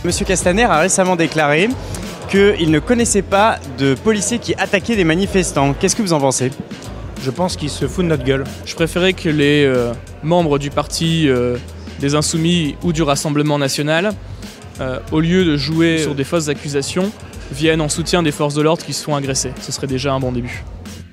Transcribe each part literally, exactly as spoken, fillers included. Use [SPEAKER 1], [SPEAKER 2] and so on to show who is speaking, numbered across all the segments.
[SPEAKER 1] Monsieur Castaner a récemment déclaré qu'il ne connaissait pas de policiers qui attaquaient des manifestants. Qu'est-ce que vous en pensez ?
[SPEAKER 2] Je pense qu'il se fout de notre gueule.
[SPEAKER 3] Je préférais que les euh, membres du parti euh, des Insoumis ou du Rassemblement National, euh, au lieu de jouer sur des fausses accusations, viennent en soutien des forces de l'ordre qui se font agresser. Ce serait déjà un bon début.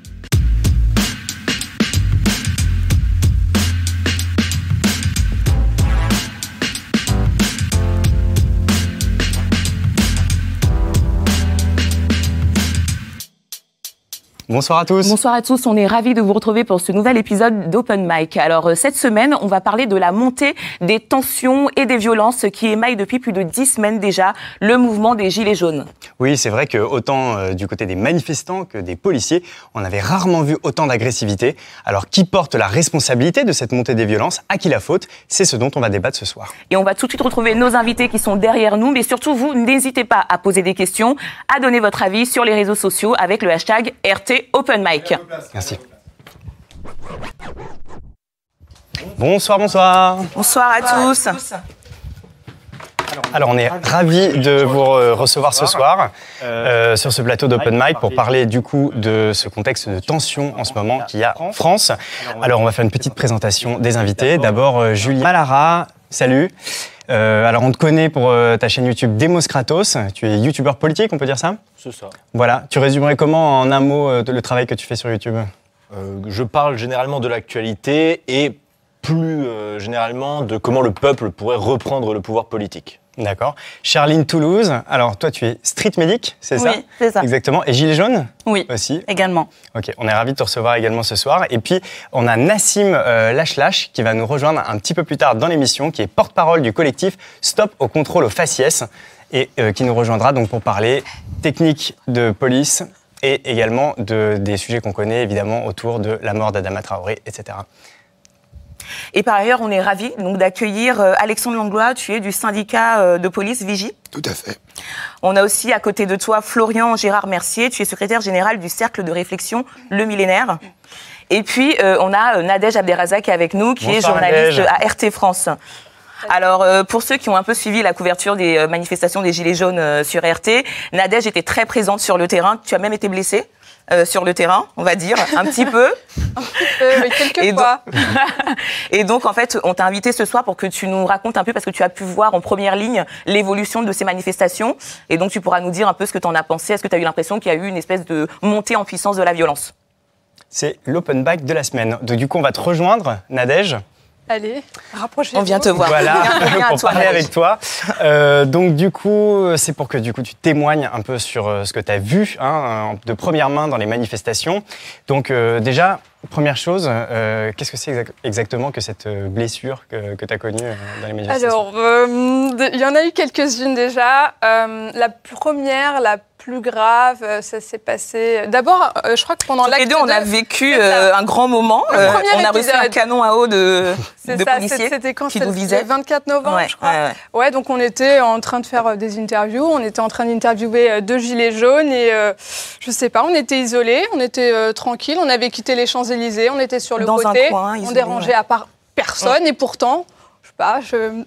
[SPEAKER 1] Bonsoir à tous.
[SPEAKER 4] Bonsoir à tous, on est ravis de vous retrouver pour ce nouvel épisode d'Open Mic. Alors cette semaine, on va parler de la montée des tensions et des violences qui émaillent depuis plus de dix semaines déjà le mouvement des Gilets jaunes.
[SPEAKER 1] Oui, c'est vrai que autant euh, du côté des manifestants que des policiers, on avait rarement vu autant d'agressivité. Alors qui porte la responsabilité de cette montée des violences ? À qui la faute ? C'est ce dont on va débattre ce soir.
[SPEAKER 4] Et on va tout de suite retrouver nos invités qui sont derrière nous, mais surtout vous, n'hésitez pas à poser des questions, à donner votre avis sur les réseaux sociaux avec le hashtag R T Open Mic.
[SPEAKER 1] Merci. Bonsoir, bonsoir.
[SPEAKER 4] Bonsoir à tous.
[SPEAKER 1] Alors, on est ravis de vous recevoir ce soir euh, sur ce plateau d'Open Mic pour parler du coup de ce contexte de tension en ce moment qu'il y a en France. Alors, on va faire une petite présentation des invités. D'abord, euh, Julien Malara, salut. Euh, alors, on te connaît pour euh, ta chaîne YouTube Demos Kratos. Tu es youtubeur politique, on peut dire ça ?
[SPEAKER 5] C'est ça.
[SPEAKER 1] Voilà. Tu résumerais comment, en un mot, euh, le travail que tu fais sur YouTube ?
[SPEAKER 5] euh, Je parle généralement de l'actualité et plus euh, généralement de comment le peuple pourrait reprendre le pouvoir politique.
[SPEAKER 1] D'accord. Charline Toulouse, alors toi tu es street medic, c'est ça ?
[SPEAKER 4] Oui, c'est ça.
[SPEAKER 1] Exactement. Et Gilets jaunes ?
[SPEAKER 4] Oui,
[SPEAKER 1] aussi.
[SPEAKER 4] Également.
[SPEAKER 1] Ok, on est ravis de te recevoir également ce soir. Et puis, on a Nassim euh, Lach-Lach qui va nous rejoindre un petit peu plus tard dans l'émission, qui est porte-parole du collectif Stop au contrôle aux faciès et euh, qui nous rejoindra donc pour parler technique de police et également de, des sujets qu'on connaît évidemment autour de la mort d'Adama Traoré, et cetera.
[SPEAKER 4] Et par ailleurs, on est ravis donc, d'accueillir euh, Alexandre Langlois, tu es du syndicat euh, de police Vigie.
[SPEAKER 6] Tout à fait.
[SPEAKER 4] On a aussi à côté de toi Florian Gérard Mercier, tu es secrétaire général du Cercle de réflexion Le Millénaire. Et puis, euh, on a euh, Nadège Abderrazak qui est avec nous, qui Bonsoir, est journaliste Nadège. À R T France. Alors, euh, pour ceux qui ont un peu suivi la couverture des euh, manifestations des Gilets jaunes euh, sur R T, Nadège était très présente sur le terrain. Tu as même été blessée euh, sur le terrain, on va dire, un petit peu.
[SPEAKER 7] Un petit peu, oui, quelques
[SPEAKER 4] et
[SPEAKER 7] fois.
[SPEAKER 4] Donc, et donc, en fait, on t'a invité ce soir pour que tu nous racontes un peu, parce que tu as pu voir en première ligne l'évolution de ces manifestations. Et donc, tu pourras nous dire un peu ce que tu en as pensé. Est-ce que tu as eu l'impression qu'il y a eu une espèce de montée en puissance de la violence ?
[SPEAKER 1] C'est l'Open Mic de la semaine. Donc, du coup, on va te rejoindre, Nadège.
[SPEAKER 7] Allez, rapprochez-vous.
[SPEAKER 4] On vient te voir.
[SPEAKER 1] Voilà, pour
[SPEAKER 4] toi,
[SPEAKER 1] parler avec toi. Euh, donc du coup, c'est pour que du coup tu témoignes un peu sur euh, ce que tu as vu hein, de première main dans les manifestations. Donc euh, déjà, première chose, euh, qu'est-ce que c'est exact- exactement que cette blessure que, que tu as connue euh, dans les manifestations ?
[SPEAKER 7] Alors, il euh, y en a eu quelques-unes déjà. Euh, la première, la plus grave, euh, ça s'est passé... D'abord, euh, je crois que pendant l'acte
[SPEAKER 4] les deux, on a
[SPEAKER 7] deux,
[SPEAKER 4] vécu euh, un grand moment. Euh, on a reçu un canon à eau de, de
[SPEAKER 7] ça,
[SPEAKER 4] policiers
[SPEAKER 7] c'était quand
[SPEAKER 4] qui nous visaient.
[SPEAKER 7] Le vingt-quatre novembre,
[SPEAKER 4] ouais,
[SPEAKER 7] je crois.
[SPEAKER 4] Ouais, ouais.
[SPEAKER 7] ouais, donc on était en train de faire des interviews. On était en train d'interviewer deux gilets jaunes et euh, je sais pas, on était isolés, on était euh, tranquilles. On avait quitté les Champs-Élysées, on était sur le
[SPEAKER 4] Dans
[SPEAKER 7] côté.
[SPEAKER 4] Un coin, isolé,
[SPEAKER 7] on dérangeait
[SPEAKER 4] ouais.
[SPEAKER 7] à part personne ouais. Et pourtant, je sais pas, je...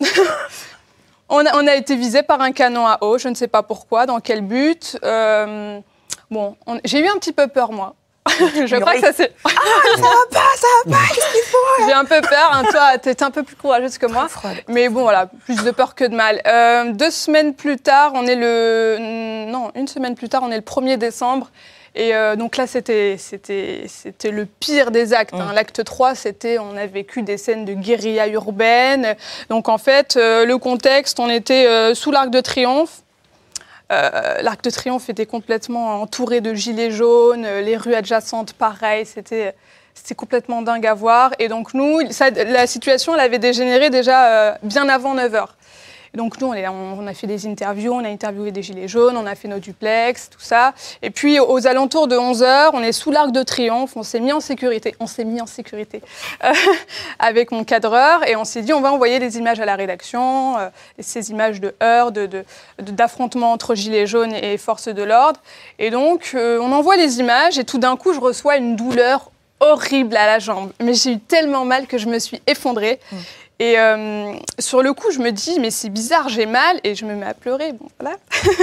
[SPEAKER 7] On a, on a été visé par un canon à eau, je ne sais pas pourquoi, dans quel but. Euh, bon, on, j'ai eu un petit peu peur, moi. je crois que ça c'est...
[SPEAKER 4] Ah, ça va pas, ça va pas, qu'est-ce qu'il faut ?
[SPEAKER 7] J'ai un peu peur, hein, toi, t'es un peu plus courageuse que moi. Mais bon, voilà, plus de peur que de mal. Euh, deux semaines plus tard, on est le... Non, une semaine plus tard, on est le premier décembre. Et euh, donc là, c'était, c'était, c'était le pire des actes. Hein. Mmh. L'acte trois, c'était, on a vécu des scènes de guérilla urbaine. Donc en fait, euh, le contexte, on était euh, sous l'Arc de Triomphe. Euh, L'Arc de Triomphe était complètement entouré de gilets jaunes. Les rues adjacentes, pareil, c'était, c'était complètement dingue à voir. Et donc nous, ça, la situation, elle avait dégénéré déjà euh, bien avant neuf heures. Donc nous, on, est, on a fait des interviews, on a interviewé des gilets jaunes, on a fait nos duplex, tout ça. Et puis, aux alentours de onze heures, on est sous l'Arc de Triomphe, on s'est mis en sécurité. On s'est mis en sécurité euh, avec mon cadreur et on s'est dit, on va envoyer des images à la rédaction, euh, ces images de heurts, de, de, de, d'affrontements entre gilets jaunes et forces de l'ordre. Et donc, euh, on envoie les images et tout d'un coup, je reçois une douleur horrible à la jambe. Mais j'ai eu tellement mal que je me suis effondrée. Mmh. Et euh, sur le coup, je me dis, mais c'est bizarre, j'ai mal. Et je me mets à pleurer, bon, voilà.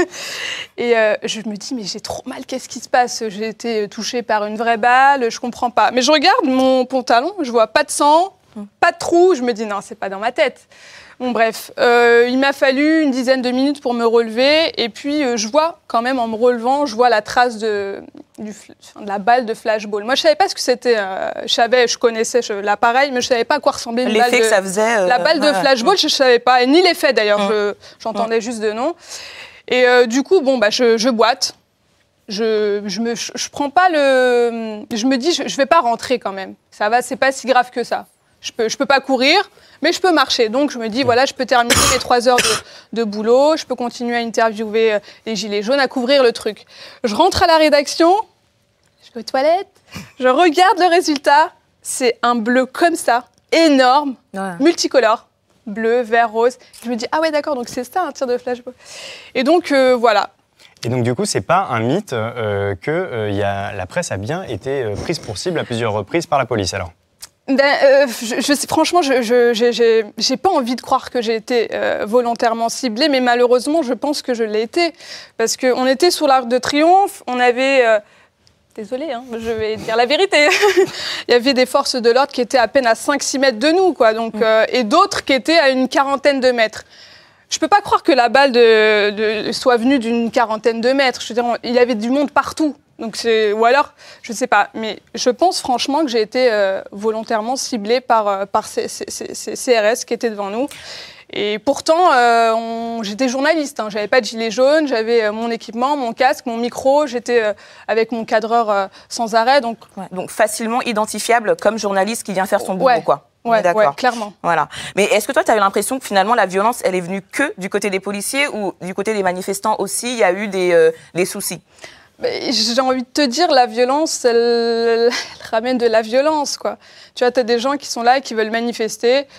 [SPEAKER 7] Et euh, je me dis, mais j'ai trop mal, qu'est-ce qui se passe? J'ai été touchée par une vraie balle, je comprends pas. Mais je regarde mon pantalon, je vois pas de sang, pas de trou. Je me dis, non, c'est pas dans ma tête. Bon, bref, euh, il m'a fallu une dizaine de minutes pour me relever. Et puis, euh, je vois, quand même, en me relevant, je vois la trace de, du, de la balle de flashball. Moi, je savais pas ce que c'était. Euh, je savais, je connaissais je, l'appareil, mais je savais pas à quoi ressemblait une balle de...
[SPEAKER 4] L'effet que ça faisait... Euh,
[SPEAKER 7] la balle de
[SPEAKER 4] ouais,
[SPEAKER 7] flashball,
[SPEAKER 4] ouais.
[SPEAKER 7] je, je savais pas. Et ni l'effet, d'ailleurs.
[SPEAKER 4] Ouais.
[SPEAKER 7] Je, j'entendais ouais. juste de nom. Et euh, du coup, bon, bah, je, je boite. Je, je, me, je, je prends pas le... Je me dis, je, je vais pas rentrer quand même. Ça va, c'est pas si grave que ça. Je peux, je peux pas courir, mais je peux marcher. Donc, je me dis, voilà, je peux terminer mes trois heures de, de boulot, je peux continuer à interviewer les gilets jaunes, à couvrir le truc. Je rentre à la rédaction, je vais aux toilettes, je regarde le résultat. C'est un bleu comme ça, énorme, ouais. multicolore, bleu, vert, rose. Je me dis, ah ouais, d'accord, donc c'est ça un tir de flashball. Et donc, euh, voilà.
[SPEAKER 1] Et donc, du coup, c'est pas un mythe euh, que euh, y a, la presse a bien été euh, prise pour cible à plusieurs reprises par la police, alors?
[SPEAKER 7] Ben, euh, je, je, franchement, je, je, j'ai, j'ai, j'ai pas envie de croire que j'ai été euh, volontairement ciblée, mais malheureusement, je pense que je l'ai été. Parce qu'on était sur l'Arc de Triomphe, on avait... Euh, désolée, hein, je vais dire la vérité. Il y avait des forces de l'ordre qui étaient à peine à cinq six mètres de nous, quoi, donc, euh, et d'autres qui étaient à une quarantaine de mètres. Je peux pas croire que la balle de, de, soit venue d'une quarantaine de mètres. Je veux dire, il y avait du monde partout. Donc c'est, ou alors, je ne sais pas, mais je pense franchement que j'ai été euh, volontairement ciblée par, euh, par ces, ces, ces C R S qui étaient devant nous. Et pourtant, euh, on, j'étais journaliste, hein, je n'avais pas de gilet jaune, j'avais euh, mon équipement, mon casque, mon micro, j'étais euh, avec mon cadreur euh, sans arrêt. Donc...
[SPEAKER 4] Ouais, donc facilement identifiable comme journaliste qui vient faire son boulot,
[SPEAKER 7] ouais.
[SPEAKER 4] quoi.
[SPEAKER 7] Ouais, ouais, clairement.
[SPEAKER 4] Voilà. Mais est-ce que toi, tu as eu l'impression que finalement, la violence, elle est venue que du côté des policiers ou du côté des manifestants aussi, il y a eu des, euh, des soucis?
[SPEAKER 7] J'ai envie de te dire, la violence, elle, elle ramène de la violence, quoi. Tu vois, tu as des gens qui sont là et qui veulent manifester.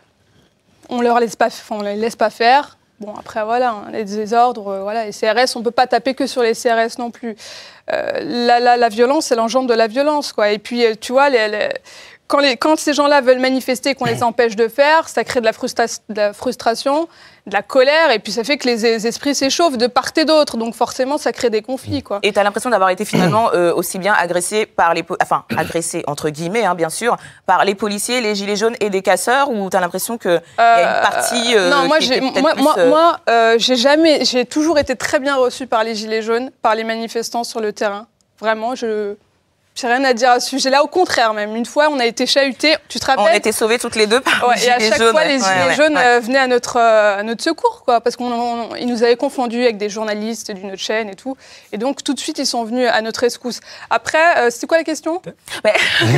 [SPEAKER 7] On leur laisse pas, on les laisse pas faire. Bon, après, voilà, hein, les désordres, voilà, les C R S, on peut pas taper que sur les C R S non plus. Euh, la, la, la violence, elle engendre de la violence, quoi. Et puis, tu vois, les... les Quand, les, quand ces gens-là veulent manifester, qu'on les empêche de faire, ça crée de la, frustra- de la frustration, de la colère, et puis ça fait que les, les esprits s'échauffent de part et d'autre. Donc forcément, ça crée des conflits, quoi.
[SPEAKER 4] Et tu as l'impression d'avoir été finalement euh, aussi bien agressé par les... Po- enfin, agressé, entre guillemets, hein, bien sûr, par les policiers, les gilets jaunes et des casseurs, ou tu as l'impression qu'il euh, y a une partie euh,
[SPEAKER 7] non, moi,
[SPEAKER 4] qui
[SPEAKER 7] j'ai,
[SPEAKER 4] était
[SPEAKER 7] moi,
[SPEAKER 4] plus,
[SPEAKER 7] moi,
[SPEAKER 4] euh...
[SPEAKER 7] moi euh, j'ai jamais... J'ai toujours été très bien reçue par les gilets jaunes, par les manifestants sur le terrain. Vraiment, je... J'ai rien à dire à ce sujet-là, au contraire même. Une fois, on a été chahutés, tu te rappelles?
[SPEAKER 4] On a été sauvés toutes les deux par
[SPEAKER 7] ouais,
[SPEAKER 4] les gilets jaunes.
[SPEAKER 7] Et à chaque fois,
[SPEAKER 4] ouais,
[SPEAKER 7] les gilets
[SPEAKER 4] ouais,
[SPEAKER 7] jaunes
[SPEAKER 4] ouais.
[SPEAKER 7] euh, venaient à notre, euh, à notre secours, quoi, parce qu'ils nous avaient confondus avec des journalistes d'une autre chaîne et tout. Et donc, tout de suite, ils sont venus à notre rescousse. Après, euh, c'était quoi la question?
[SPEAKER 4] Mais...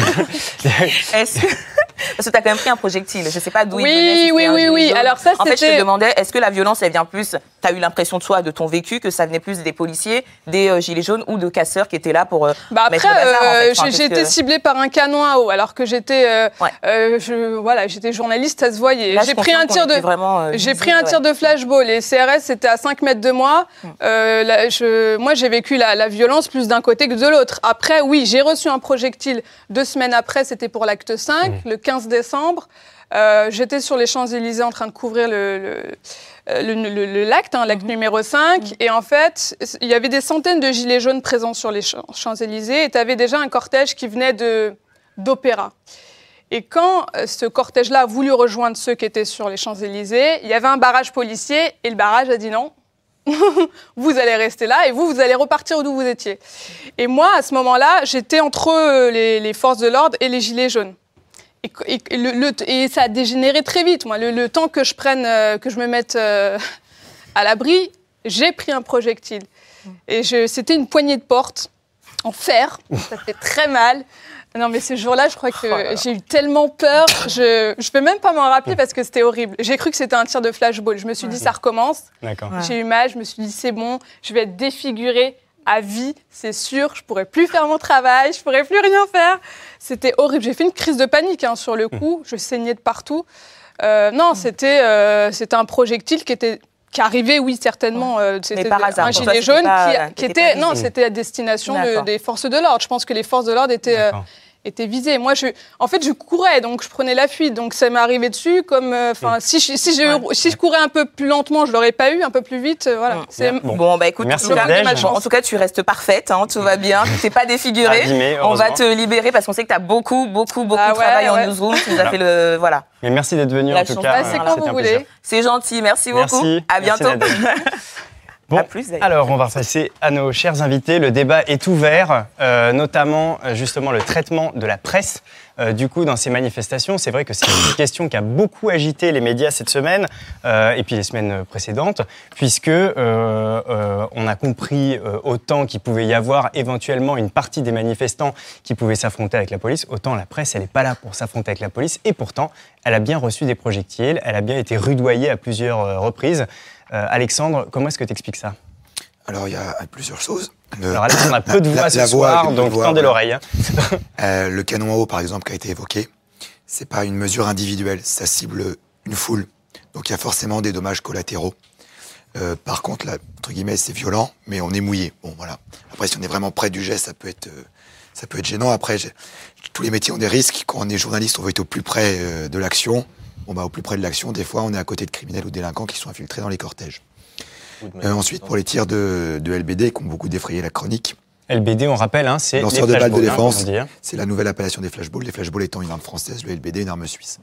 [SPEAKER 4] Est-ce que... Parce que tu as quand même pris un projectile. Je ne sais pas d'où
[SPEAKER 7] oui,
[SPEAKER 4] il venait. Si
[SPEAKER 7] oui, oui, oui, oui. Alors ça,
[SPEAKER 4] en
[SPEAKER 7] c'était...
[SPEAKER 4] fait, je te demandais, est-ce que la violence, elle vient plus... Tu as eu l'impression, toi, de ton vécu, que ça venait plus des policiers, des euh, gilets jaunes ou de casseurs qui étaient là pour euh,
[SPEAKER 7] bah
[SPEAKER 4] mettre
[SPEAKER 7] après,
[SPEAKER 4] le bazar, en fait.
[SPEAKER 7] euh,
[SPEAKER 4] enfin,
[SPEAKER 7] j'ai, j'ai
[SPEAKER 4] que...
[SPEAKER 7] été ciblée par un canon à eau, alors que j'étais, euh,
[SPEAKER 4] ouais.
[SPEAKER 7] euh, je, voilà, j'étais journaliste, ça se voyait.
[SPEAKER 4] Là,
[SPEAKER 7] j'ai pris un tir de,
[SPEAKER 4] vraiment, euh,
[SPEAKER 7] j'ai
[SPEAKER 4] visé,
[SPEAKER 7] pris un
[SPEAKER 4] ouais.
[SPEAKER 7] tir de flashball. Les C R S étaient à cinq mètres de moi. Mm. Euh, là, je, moi, j'ai vécu la, la violence plus d'un côté que de l'autre. Après, oui, j'ai reçu un projectile deux semaines après. C'était pour l'acte cinq, mm. le quinze décembre. Euh, j'étais sur les Champs-Élysées en train de couvrir le, le, le, le, le, l'acte, hein, l'acte mmh. numéro cinq. Mmh. Et en fait, il y avait des centaines de gilets jaunes présents sur les Champs-Élysées. Et tu avais déjà un cortège qui venait de, d'Opéra. Et quand euh, ce cortège-là a voulu rejoindre ceux qui étaient sur les Champs-Élysées, il y avait un barrage policier. Et le barrage a dit non. Vous allez rester là et vous, vous allez repartir d'où vous étiez. Et moi, à ce moment-là, j'étais entre les, les forces de l'ordre et les gilets jaunes. Et, et, le, le, et ça a dégénéré très vite. Moi, le, le temps que je prenne, euh, que je me mette euh, à l'abri, j'ai pris un projectile. Et je, c'était une poignée de porte en fer. Ça fait très mal. Non, mais ce jour-là, je crois que oh j'ai eu tellement peur. Je ne peux même pas m'en rappeler parce que c'était horrible. J'ai cru que c'était un tir de flashball. Je me suis dit, ça recommence.
[SPEAKER 1] D'accord.
[SPEAKER 7] J'ai eu mal. Je me suis dit, c'est bon, je vais être défigurée à vie, c'est sûr. Je ne pourrais plus faire mon travail. Je ne pourrais plus rien faire. C'était horrible. J'ai fait une crise de panique hein, sur le coup. Je saignais de partout. Euh, non, c'était, euh, c'était un projectile qui était... qui arrivait, oui, certainement. Euh, c'était
[SPEAKER 4] mais par hasard,
[SPEAKER 7] un gilet jaune
[SPEAKER 4] pas,
[SPEAKER 7] qui, qui était... Non, c'était à destination de, des forces de l'ordre. Je pense que les forces de l'ordre étaient, euh, était visé. Moi, je, en fait, je courais, donc je prenais la fuite. Donc ça m'est arrivé dessus. Comme, enfin, euh, si, je, si, je, ouais. si je courais un peu plus lentement, je l'aurais pas eu. Un peu plus vite, euh, voilà.
[SPEAKER 4] Ouais. Bon. bon, bah écoute,
[SPEAKER 1] merci
[SPEAKER 4] en, bon, en tout cas, tu restes parfaite. Hein, tout va bien. Tu t'es pas défigurée. Abîmé, on va te libérer parce qu'on sait que tu as beaucoup, beaucoup, beaucoup ah, de ouais, travail ouais. en newsroom. Tu nous as fait le, voilà.
[SPEAKER 1] Mais merci d'être venu en tout cas.
[SPEAKER 7] Bah, c'est quand vous voulez.
[SPEAKER 4] C'est gentil. Merci beaucoup.
[SPEAKER 1] Merci.
[SPEAKER 4] À bientôt.
[SPEAKER 1] Bon, à plus, alors on va passer à nos chers invités. Le débat est ouvert, euh, notamment euh, justement le traitement de la presse. Euh, du coup, dans ces manifestations, c'est vrai que c'est une question qui a beaucoup agité les médias cette semaine euh, et puis les semaines précédentes, puisque euh, euh, on a compris euh, autant qu'il pouvait y avoir éventuellement une partie des manifestants qui pouvaient s'affronter avec la police, autant la presse, elle n'est pas là pour s'affronter avec la police. Et pourtant, elle a bien reçu des projectiles, elle a bien été rudoyée à plusieurs euh, reprises. Euh, Alexandre, comment est-ce que tu expliques ça ?
[SPEAKER 6] Alors, il y a plusieurs choses. Le...
[SPEAKER 1] Alors, Alexandre a peu de voix la, ce la soir, voix, donc tendez l'oreille. Hein.
[SPEAKER 6] euh, le canon à eau, par exemple, qui a été évoqué, c'est pas une mesure individuelle, ça cible une foule. Donc, il y a forcément des dommages collatéraux. Euh, par contre, là, entre guillemets, c'est violent, mais on est mouillé. Bon, voilà. Après, si on est vraiment près du geste, ça peut être, euh, ça peut être gênant. Après, tous les métiers ont des risques. Quand on est journaliste, on veut être au plus près euh, de l'action. Bon, bah, au plus près de l'action, des fois, on est à côté de criminels ou délinquants qui sont infiltrés dans les cortèges. Euh, ensuite, pour les tirs de, de L B D, qui ont beaucoup défrayé la chronique.
[SPEAKER 1] L B D, on rappelle, hein, c'est
[SPEAKER 6] lanceur de balles de défense. Hein, c'est la nouvelle appellation des flashballs. Les flashballs étant une arme française, le L B D une arme suisse.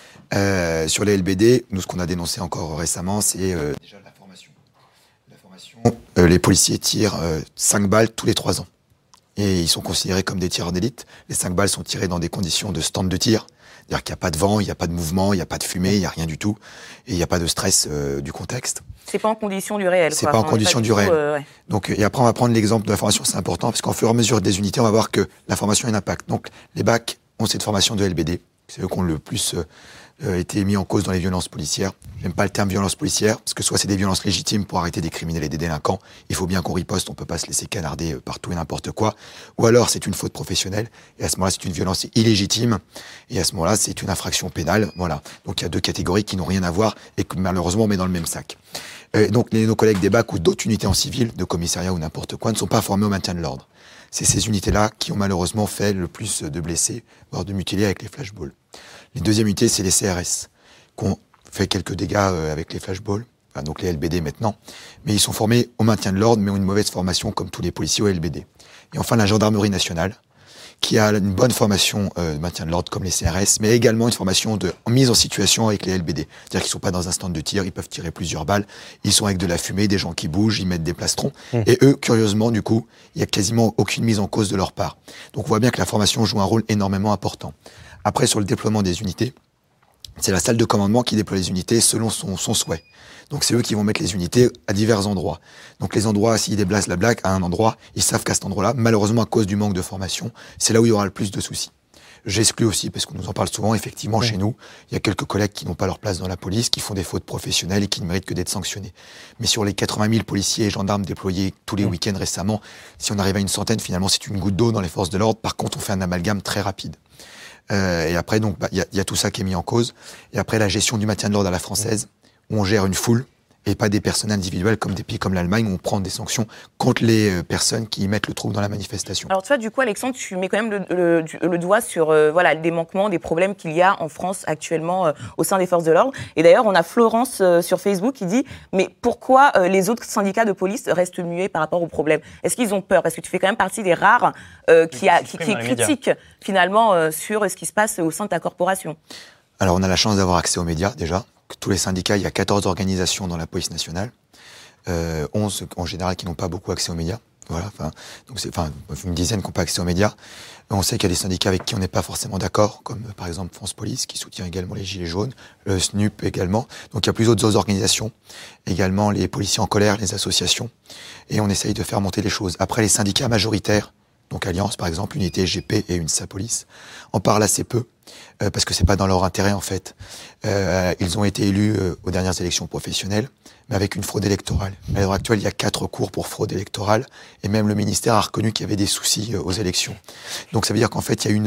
[SPEAKER 6] Euh, sur les L B D, nous, ce qu'on a dénoncé encore récemment, c'est euh, déjà la formation. La formation euh, les policiers tirent euh, cinq balles tous les trois ans. Et ils sont considérés comme des tireurs d'élite. Les cinq balles sont tirées dans des conditions de stand de tir. C'est-à-dire qu'il n'y a pas de vent, il n'y a pas de mouvement, il n'y a pas de fumée, il n'y a rien du tout. Et il n'y a pas de stress euh, du contexte.
[SPEAKER 4] C'est pas en condition du réel.
[SPEAKER 6] C'est pas en condition du réel. Euh, ouais. Donc, et après, on va prendre l'exemple de la formation, c'est important, parce qu'en fur et à mesure des unités, on va voir que la formation a un impact. Donc, les bacs ont cette formation de L B D. C'est eux qui ont le plus euh, été mis en cause dans les violences policières. J'aime pas le terme violence policière, parce que soit c'est des violences légitimes pour arrêter des criminels et des délinquants, il faut bien qu'on riposte, on peut pas se laisser canarder partout et n'importe quoi. Ou alors, c'est une faute professionnelle, et à ce moment-là, c'est une violence illégitime, et à ce moment-là, c'est une infraction pénale. Voilà. Donc, il y a deux catégories qui n'ont rien à voir, et que malheureusement, on met dans le même sac. Euh, donc, les, nos collègues des bacs ou d'autres unités en civil, de commissariat ou n'importe quoi, ne sont pas formés au maintien de l'ordre. C'est ces unités-là qui ont malheureusement fait le plus de blessés, voire de mutilés avec les flashballs. Les deuxièmes unités, c'est les C R S, qui ont fait quelques dégâts euh, avec les flashballs, enfin, donc les L B D maintenant, mais ils sont formés au maintien de l'ordre, mais ont une mauvaise formation comme tous les policiers au L B D. Et enfin, la gendarmerie nationale, qui a une bonne formation euh, de maintien de l'ordre comme les C R S, mais également une formation de mise en situation avec les L B D. C'est-à-dire qu'ils ne sont pas dans un stand de tir, ils peuvent tirer plusieurs balles, ils sont avec de la fumée, des gens qui bougent, ils mettent des plastrons. Mmh. Et eux, curieusement, du coup, il n'y a quasiment aucune mise en cause de leur part. Donc on voit bien que la formation joue un rôle énormément important. Après, sur le déploiement des unités, c'est la salle de commandement qui déploie les unités selon son, son souhait. Donc c'est eux qui vont mettre les unités à divers endroits. Donc les endroits, s'ils déplacent la blague à un endroit, ils savent qu'à cet endroit-là, malheureusement à cause du manque de formation, c'est là où il y aura le plus de soucis. J'exclus aussi, parce qu'on nous en parle souvent, effectivement, mmh. chez nous, il y a quelques collègues qui n'ont pas leur place dans la police, qui font des fautes professionnelles et qui ne méritent que d'être sanctionnés. Mais sur les quatre-vingt mille policiers et gendarmes déployés tous les mmh. week-ends récemment, si on arrive à une centaine, finalement, c'est une goutte d'eau dans les forces de l'ordre. Par contre, on fait un amalgame très rapide. Euh, et après, donc, bah, y a, y a tout ça qui est mis en cause. Et après, la gestion du maintien de l'ordre à la française, où on gère une foule, et pas des personnes individuelles comme des pays comme l'Allemagne où on prend des sanctions contre les euh, personnes qui mettent le trouble dans la manifestation.
[SPEAKER 4] Alors tu vois, du coup, Alexandre, tu mets quand même le, le, le doigt sur euh, voilà, des manquements, des problèmes qu'il y a en France actuellement euh, au sein des forces de l'ordre. Et d'ailleurs, on a Florence euh, sur Facebook qui dit « Mais pourquoi euh, les autres syndicats de police restent muets par rapport aux problèmes ? Est-ce qu'ils ont peur ? Parce que tu fais quand même partie des rares euh, qui, a, qui, qui critiquent finalement euh, sur ce qui se passe au sein de ta corporation. »
[SPEAKER 6] Alors on a la chance d'avoir accès aux médias déjà. Tous les syndicats, il y a quatorze organisations dans la police nationale, euh, onze en général qui n'ont pas beaucoup accès aux médias. Voilà, enfin, donc c'est, enfin, une dizaine qui n'ont pas accès aux médias. On sait qu'il y a des syndicats avec qui on n'est pas forcément d'accord, comme par exemple France Police, qui soutient également les Gilets jaunes, le S N U P également. Donc il y a plusieurs autres organisations, également les policiers en colère, les associations, et on essaye de faire monter les choses. Après, les syndicats majoritaires, donc Alliance par exemple, Unité S G P et UNSA Police, en parlent assez peu. Euh, parce que c'est pas dans leur intérêt en fait. Euh, ils ont été élus euh, aux dernières élections professionnelles, mais avec une fraude électorale. À l'heure actuelle, il y a quatre cours pour fraude électorale, et même le ministère a reconnu qu'il y avait des soucis euh, aux élections. Donc ça veut dire qu'en fait, il y a une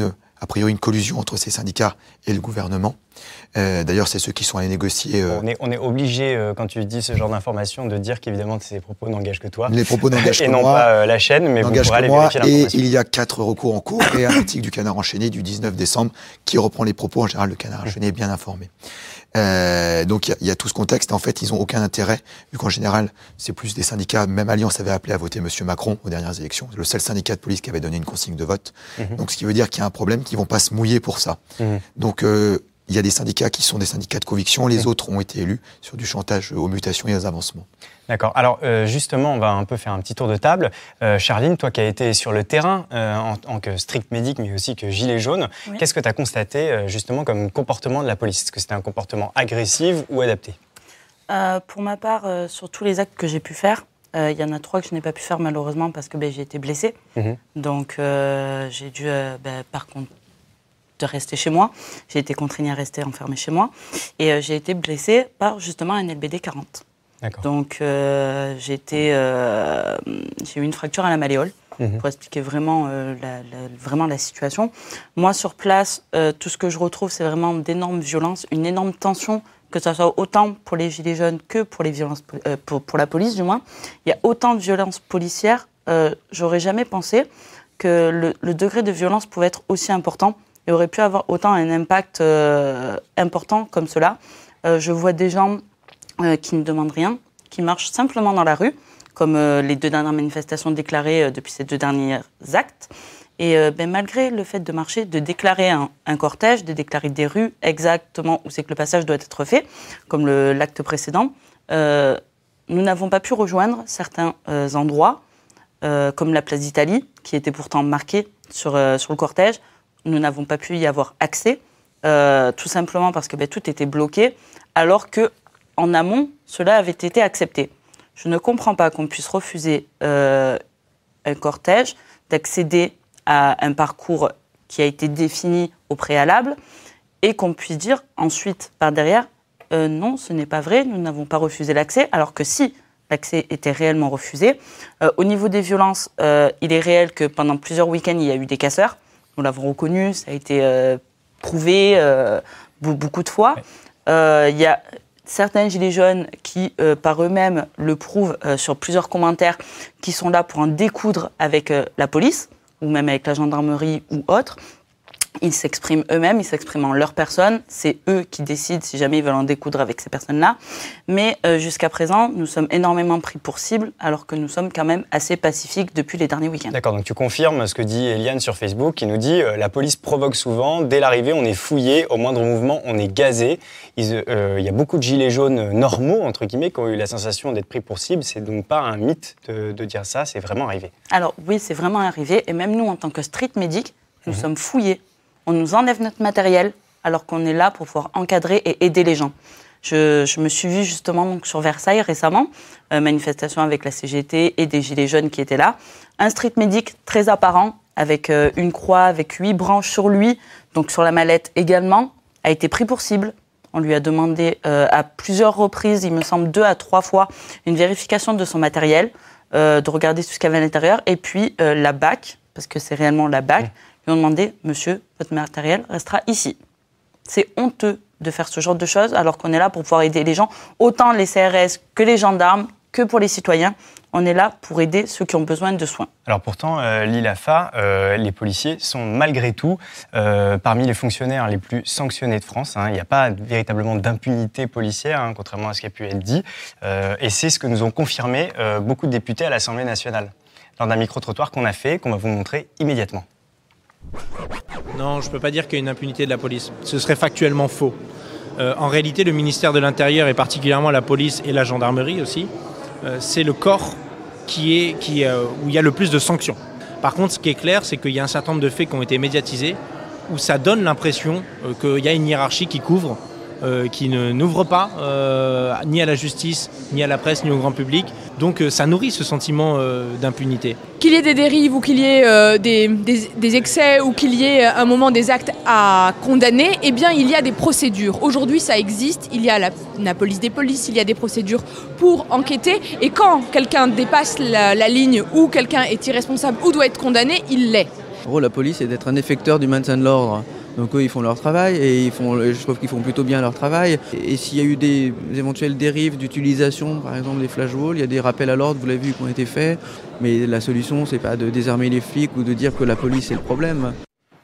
[SPEAKER 6] a priori une collusion entre ces syndicats et le gouvernement. Euh, D'ailleurs, c'est ceux qui sont allés négocier. Euh...
[SPEAKER 1] On est, on est obligé, euh, quand tu dis ce genre d'informations, de dire qu'évidemment ces propos n'engagent que toi.
[SPEAKER 6] Les propos n'engagent que moi.
[SPEAKER 1] Et non pas euh, la chaîne, mais vous pourrez aller vérifier l'information.
[SPEAKER 6] Et il y a quatre recours en cours et un article du Canard enchaîné du dix-neuf décembre qui reprend les propos. En général, le Canard enchaîné est bien informé. Euh, donc il y, y a tout ce contexte. En fait, ils n'ont aucun intérêt, vu qu'en général, c'est plus des syndicats. Même Alliance avait appelé à voter M. Macron aux dernières élections. C'est le seul syndicat de police qui avait donné une consigne de vote. Mmh. Donc ce qui veut dire qu'il y a un problème, qu'ils ne vont pas se mouiller pour ça. Mmh. Donc euh, il y a des syndicats qui sont des syndicats de conviction. Les mmh. autres ont été élus sur du chantage aux mutations et aux avancements.
[SPEAKER 1] D'accord. Alors euh, justement, on va un peu faire un petit tour de table. Euh, Charline, toi qui as été sur le terrain euh, en tant que strict médic, mais aussi que gilet jaune, oui. qu'est-ce que tu as constaté euh, justement comme comportement de la police? Est-ce que c'était un comportement agressif ou adapté?
[SPEAKER 8] euh, Pour ma part, euh, sur tous les actes que j'ai pu faire, il euh, y en a trois que je n'ai pas pu faire malheureusement parce que ben, j'ai été blessée. Mmh. Donc euh, j'ai dû, euh, ben, par contre, de rester chez moi. J'ai été contraignée à rester enfermée chez moi. Et euh, j'ai été blessée par justement un L B D quarante. Donc euh, j'ai euh, eu une fracture à la malléole, mmh. pour expliquer vraiment, euh, la, la, vraiment la situation. Moi, sur place, euh, tout ce que je retrouve, c'est vraiment d'énormes violences, une énorme tension, que ce soit autant pour les gilets jaunes que pour, les violences, euh, pour, pour la police, du moins. Il y a autant de violences policières. Euh, j'aurais jamais pensé que le, le degré de violence pouvait être aussi important et aurait pu avoir autant un impact euh, important comme cela. Euh, je vois des gens Euh, qui ne demandent rien, qui marchent simplement dans la rue, comme euh, les deux dernières manifestations déclarées euh, depuis ces deux derniers actes. Et euh, ben, malgré le fait de marcher, de déclarer un, un cortège, de déclarer des rues exactement où c'est que le passage doit être fait, comme l'acte précédent, euh, nous n'avons pas pu rejoindre certains euh, endroits, euh, comme la place d'Italie, qui était pourtant marquée sur, euh, sur le cortège. Nous n'avons pas pu y avoir accès, euh, tout simplement parce que ben, tout était bloqué, alors que en amont, cela avait été accepté. Je ne comprends pas qu'on puisse refuser euh, un cortège d'accéder à un parcours qui a été défini au préalable et qu'on puisse dire ensuite, par derrière, euh, non, ce n'est pas vrai, nous n'avons pas refusé l'accès, alors que si l'accès était réellement refusé. Euh, au niveau des violences, euh, il est réel que pendant plusieurs week-ends, il y a eu des casseurs. Nous l'avons reconnu, ça a été euh, prouvé euh, beaucoup de fois. Euh, il y a certains gilets jaunes qui, euh, par eux-mêmes, le prouvent euh, sur plusieurs commentaires, qui sont là pour en découdre avec euh, la police, ou même avec la gendarmerie ou autre. Ils s'expriment eux-mêmes, ils s'expriment en leur personne. C'est eux qui décident si jamais ils veulent en découdre avec ces personnes-là. Mais euh, jusqu'à présent, nous sommes énormément pris pour cible, alors que nous sommes quand même assez pacifiques depuis les derniers week-ends.
[SPEAKER 1] D'accord, donc tu confirmes ce que dit Eliane sur Facebook, qui nous dit euh, la police provoque souvent. Dès l'arrivée, on est fouillé. Au moindre mouvement, on est gazé. Il euh, y a beaucoup de gilets jaunes normaux, entre guillemets, qui ont eu la sensation d'être pris pour cible. C'est donc pas un mythe de, de dire ça, c'est vraiment arrivé.
[SPEAKER 8] Alors oui, c'est vraiment arrivé. Et même nous, en tant que street medic, nous mmh. sommes fouillés. On nous enlève notre matériel alors qu'on est là pour pouvoir encadrer et aider les gens. Je, je me suis vue justement donc, sur Versailles récemment, euh, manifestation avec la C G T et des gilets jaunes qui étaient là. Un street medic très apparent, avec euh, une croix, avec huit branches sur lui, donc sur la mallette également, a été pris pour cible. On lui a demandé euh, à plusieurs reprises, il me semble deux à trois fois, une vérification de son matériel, euh, de regarder tout ce qu'il y avait à l'intérieur, et puis euh, la B A C, parce que c'est réellement la B A C, mmh. Ils ont demandé, monsieur, votre matériel restera ici. C'est honteux de faire ce genre de choses alors qu'on est là pour pouvoir aider les gens, autant les C R S que les gendarmes, que pour les citoyens. On est là pour aider ceux qui ont besoin de soins.
[SPEAKER 1] Alors pourtant, euh, l'I L A F A, euh, les policiers sont malgré tout euh, parmi les fonctionnaires les plus sanctionnés de France. Hein. Il n'y a pas véritablement d'impunité policière, hein, contrairement à ce qui a pu être dit. Euh, et c'est ce que nous ont confirmé euh, beaucoup de députés à l'Assemblée nationale, lors d'un micro-trottoir qu'on a fait, qu'on va vous montrer immédiatement.
[SPEAKER 2] Non, je ne peux pas dire qu'il y a une impunité de la police. Ce serait factuellement faux. Euh, en réalité, le ministère de l'Intérieur, et particulièrement la police et la gendarmerie aussi, euh, c'est le corps qui est, qui, euh, où il y a le plus de sanctions. Par contre, ce qui est clair, c'est qu'il y a un certain nombre de faits qui ont été médiatisés, où ça donne l'impression euh, qu'il y a une hiérarchie qui couvre, euh, qui ne, n'ouvre pas euh, ni à la justice, ni à la presse, ni au grand public. Donc euh, ça nourrit ce sentiment euh, d'impunité.
[SPEAKER 9] Qu'il y ait des dérives ou qu'il y ait euh, des, des, des excès ou qu'il y ait un moment des actes à condamner, eh bien il y a des procédures. Aujourd'hui ça existe, il y a la, la police des polices, il y a des procédures pour enquêter et quand quelqu'un dépasse la, la ligne ou quelqu'un est irresponsable ou doit être condamné, il l'est.
[SPEAKER 10] En gros, la police est d'être un effecteur du maintien de l'ordre. Donc eux, ils font leur travail et ils font, je trouve qu'ils font plutôt bien leur travail. Et s'il y a eu des éventuelles dérives d'utilisation, par exemple des flashballs, il y a des rappels à l'ordre, vous l'avez vu, qui ont été faits. Mais la solution, c'est pas de désarmer les flics ou de dire que la police est le problème.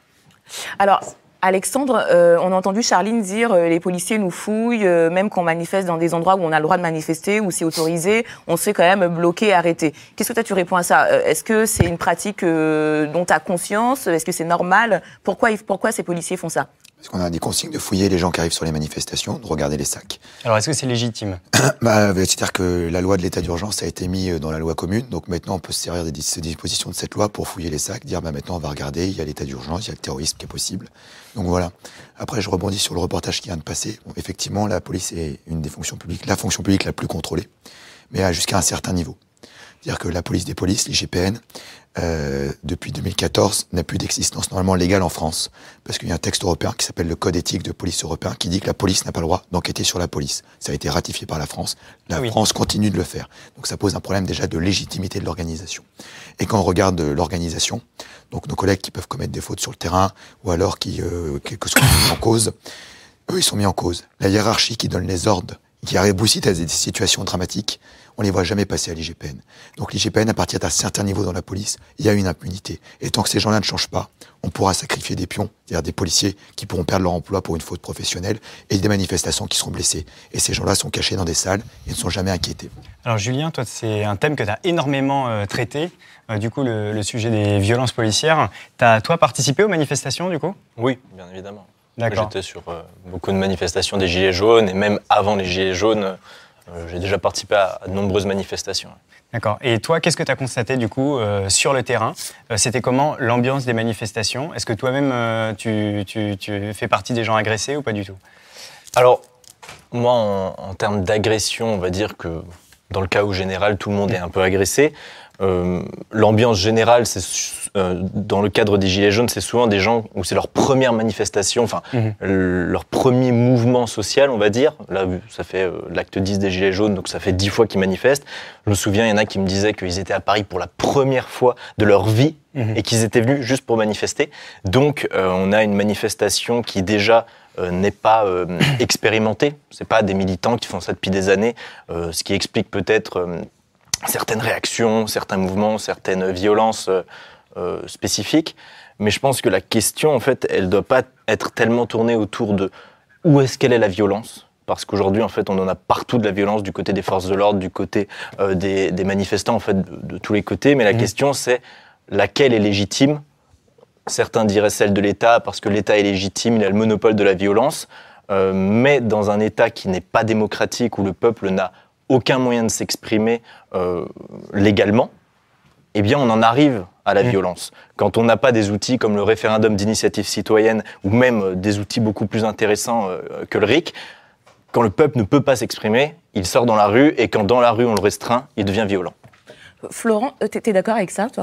[SPEAKER 4] Alors, Alexandre, euh, on a entendu Charline dire euh, les policiers nous fouillent, euh, même quand on manifeste dans des endroits où on a le droit de manifester, où c'est autorisé, on se fait quand même bloquer, arrêter. Qu'est-ce que toi tu réponds à ça? euh, Est-ce que c'est une pratique euh, dont tu as conscience? Est-ce que c'est normal? Pourquoi, pourquoi ces policiers font ça?
[SPEAKER 6] Parce qu'on a des consignes de fouiller les gens qui arrivent sur les manifestations, de regarder les sacs.
[SPEAKER 1] Alors, est-ce que c'est légitime?
[SPEAKER 6] bah, C'est-à-dire que la loi de l'état d'urgence a été mise dans la loi commune, donc maintenant on peut se servir des dispositions de cette loi pour fouiller les sacs, dire bah, maintenant on va regarder, il y a l'état d'urgence, il y a le terrorisme qui est possible. Donc voilà. Après, je rebondis sur le reportage qui vient de passer. Bon, effectivement, la police est une des fonctions publiques, la fonction publique la plus contrôlée, mais jusqu'à un certain niveau. C'est-à-dire que la police des polices, l'I G P N, euh, depuis deux mille quatorze, n'a plus d'existence normalement légale en France. Parce qu'il y a un texte européen qui s'appelle le Code éthique de police européen qui dit que la police n'a pas le droit d'enquêter sur la police. Ça a été ratifié par la France. La oui. France continue de le faire. Donc ça pose un problème déjà de légitimité de l'organisation. Et quand on regarde l'organisation, donc nos collègues qui peuvent commettre des fautes sur le terrain, ou alors qui, euh, quelque soit mis en cause, eux ils sont mis en cause. La hiérarchie qui donne les ordres, qui réboussit à des situations dramatiques, on les voit jamais passer à l'I G P N. Donc l'I G P N, à partir d'un certain niveau dans la police, il y a une impunité. Et tant que ces gens-là ne changent pas, on pourra sacrifier des pions, c'est-à-dire des policiers qui pourront perdre leur emploi pour une faute professionnelle, et des manifestations qui seront blessés. Et ces gens-là sont cachés dans des salles et ne sont jamais inquiétés.
[SPEAKER 1] Alors Julien, toi, c'est un thème que tu as énormément euh, traité, euh, du coup, le, le sujet des violences policières. Tu as, toi, participé aux manifestations, du coup?
[SPEAKER 5] Oui, bien évidemment.
[SPEAKER 1] D'accord.
[SPEAKER 5] J'étais sur euh, beaucoup de manifestations des Gilets jaunes, et même avant les Gilets jaunes, euh, j'ai déjà participé à, à de nombreuses manifestations.
[SPEAKER 1] D'accord. Et toi, qu'est-ce que tu as constaté, du coup, euh, sur le terrain? euh, C'était comment l'ambiance des manifestations? Est-ce que toi-même, euh, tu, tu, tu fais partie des gens agressés ou pas du tout?
[SPEAKER 5] Alors, moi, en, en termes d'agression, on va dire que dans le cas où général, tout le monde est un peu agressé. Euh, l'ambiance générale, c'est, euh, dans le cadre des Gilets jaunes, c'est souvent des gens où c'est leur première manifestation, enfin mmh. leur premier mouvement social, on va dire. Là, ça fait euh, l'acte dix des Gilets jaunes, donc ça fait dix fois qu'ils manifestent. Je me souviens, il y en a qui me disaient qu'ils étaient à Paris pour la première fois de leur vie mmh. et qu'ils étaient venus juste pour manifester. Donc, euh, on a une manifestation qui déjà euh, n'est pas euh, expérimentée. C'est pas des militants qui font ça depuis des années, euh, ce qui explique peut-être euh, certaines réactions, certains mouvements, certaines violences euh, euh, spécifiques. Mais je pense que la question, en fait, elle ne doit pas être tellement tournée autour de où est-ce qu'elle est la violence. Parce qu'aujourd'hui, en fait, on en a partout de la violence, du côté des forces de l'ordre, du côté euh, des, des manifestants, en fait, de, de tous les côtés. Mais la mmh. question, c'est laquelle est légitime. Certains diraient celle de l'État, parce que l'État est légitime, il a le monopole de la violence. Euh, mais dans un État qui n'est pas démocratique, où le peuple n'a aucun moyen de s'exprimer euh, légalement, eh bien on en arrive à la mmh. violence. Quand on n'a pas des outils comme le référendum d'initiative citoyenne, ou même euh, des outils beaucoup plus intéressants euh, que le R I C, quand le peuple ne peut pas s'exprimer, il sort dans la rue, et quand dans la rue on le restreint, il devient violent.
[SPEAKER 4] Florent, t'es d'accord avec ça, toi ?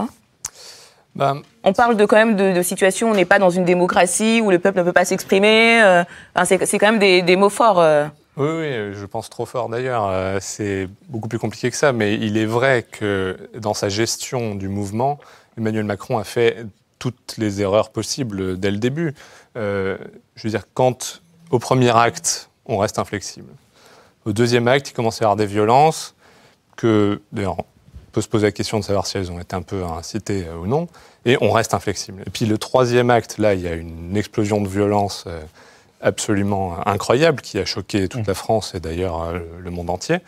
[SPEAKER 3] Ben,
[SPEAKER 4] on parle de, quand même de, de situations où on n'est pas dans une démocratie, où le peuple ne peut pas s'exprimer. Euh, enfin, c'est, c'est quand même des, des mots forts. Euh.
[SPEAKER 11] Oui, oui, je pense trop fort d'ailleurs. Euh, c'est beaucoup plus compliqué que ça, mais il est vrai que dans sa gestion du mouvement, Emmanuel Macron a fait toutes les erreurs possibles dès le début. Euh, je veux dire, quand au premier acte, on reste inflexible. Au deuxième acte, il commence à y avoir des violences que, d'ailleurs, on peut se poser la question de savoir si elles ont été un peu incitées ou non, et on reste inflexible. Et puis le troisième acte, là, il y a une explosion de violence euh, absolument incroyable qui a choqué toute la France et d'ailleurs euh, le monde entier.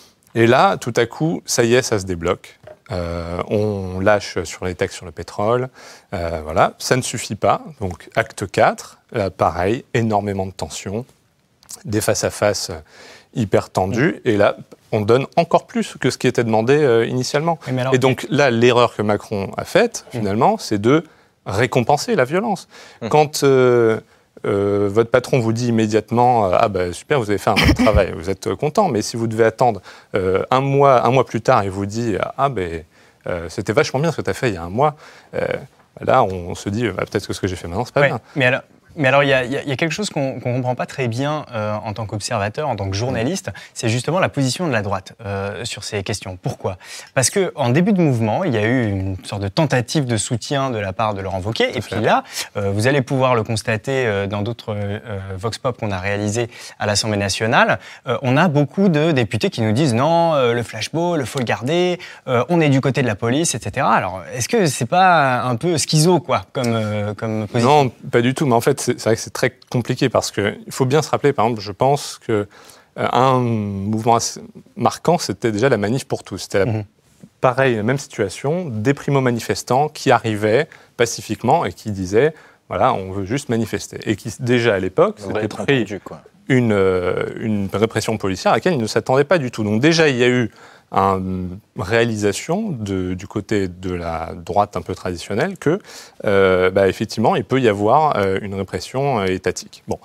[SPEAKER 11] Et là, tout à coup, ça y est, ça se débloque. Euh, on lâche sur les taxes sur le pétrole. Euh, voilà, ça ne suffit pas. Donc, acte quatre, là, pareil, énormément de tensions, des face-à-face hyper tendus. Et là, on donne encore plus que ce qui était demandé euh, initialement. Alors, et donc là, l'erreur que Macron a faite, finalement, mmh. c'est de récompenser la violence. Mmh. Quand euh, euh, votre patron vous dit immédiatement euh, « Ah ben super, vous avez fait un bon travail », vous êtes content. Mais si vous devez attendre euh, un, mois, un mois plus tard, il vous dit « Ah ben euh, c'était vachement bien ce que tu as fait il y a un mois euh, », là, on se dit bah, « Peut-être que ce que j'ai fait maintenant, c'est pas
[SPEAKER 1] ouais,
[SPEAKER 11] bien ».
[SPEAKER 1] Mais alors... Mais alors, il y, y, y a quelque chose qu'on ne comprend pas très bien euh, en tant qu'observateur, en tant que journaliste, c'est justement la position de la droite euh, sur ces questions. Pourquoi ? Parce qu'en début de mouvement, il y a eu une sorte de tentative de soutien de la part de Laurent Wauquiez. Et puis là, euh, vous allez pouvoir le constater euh, dans d'autres euh, Vox Pop qu'on a réalisés à l'Assemblée nationale. Euh, on a beaucoup de députés qui nous disent non, euh, le flashball, il faut le garder, euh, on est du côté de la police, et cetera. Alors, est-ce que c'est pas un peu schizo, quoi, comme, euh, comme position ?
[SPEAKER 11] Non, pas du tout. Mais en fait, c'est vrai que c'est très compliqué parce qu'il faut bien se rappeler, par exemple, je pense qu'un euh, mouvement assez marquant, c'était déjà la manif pour tous. C'était la, mmh. pareil, la même situation, des primo-manifestants qui arrivaient pacifiquement et qui disaient voilà, on veut juste manifester. Et qui, déjà à l'époque, c'était pris entendu, quoi. Une, euh, une répression policière à laquelle ils ne s'attendaient pas du tout. Donc déjà, il y a eu une réalisation de, du côté de la droite un peu traditionnelle que, euh, bah, effectivement, il peut y avoir euh, une répression euh, étatique. Bon.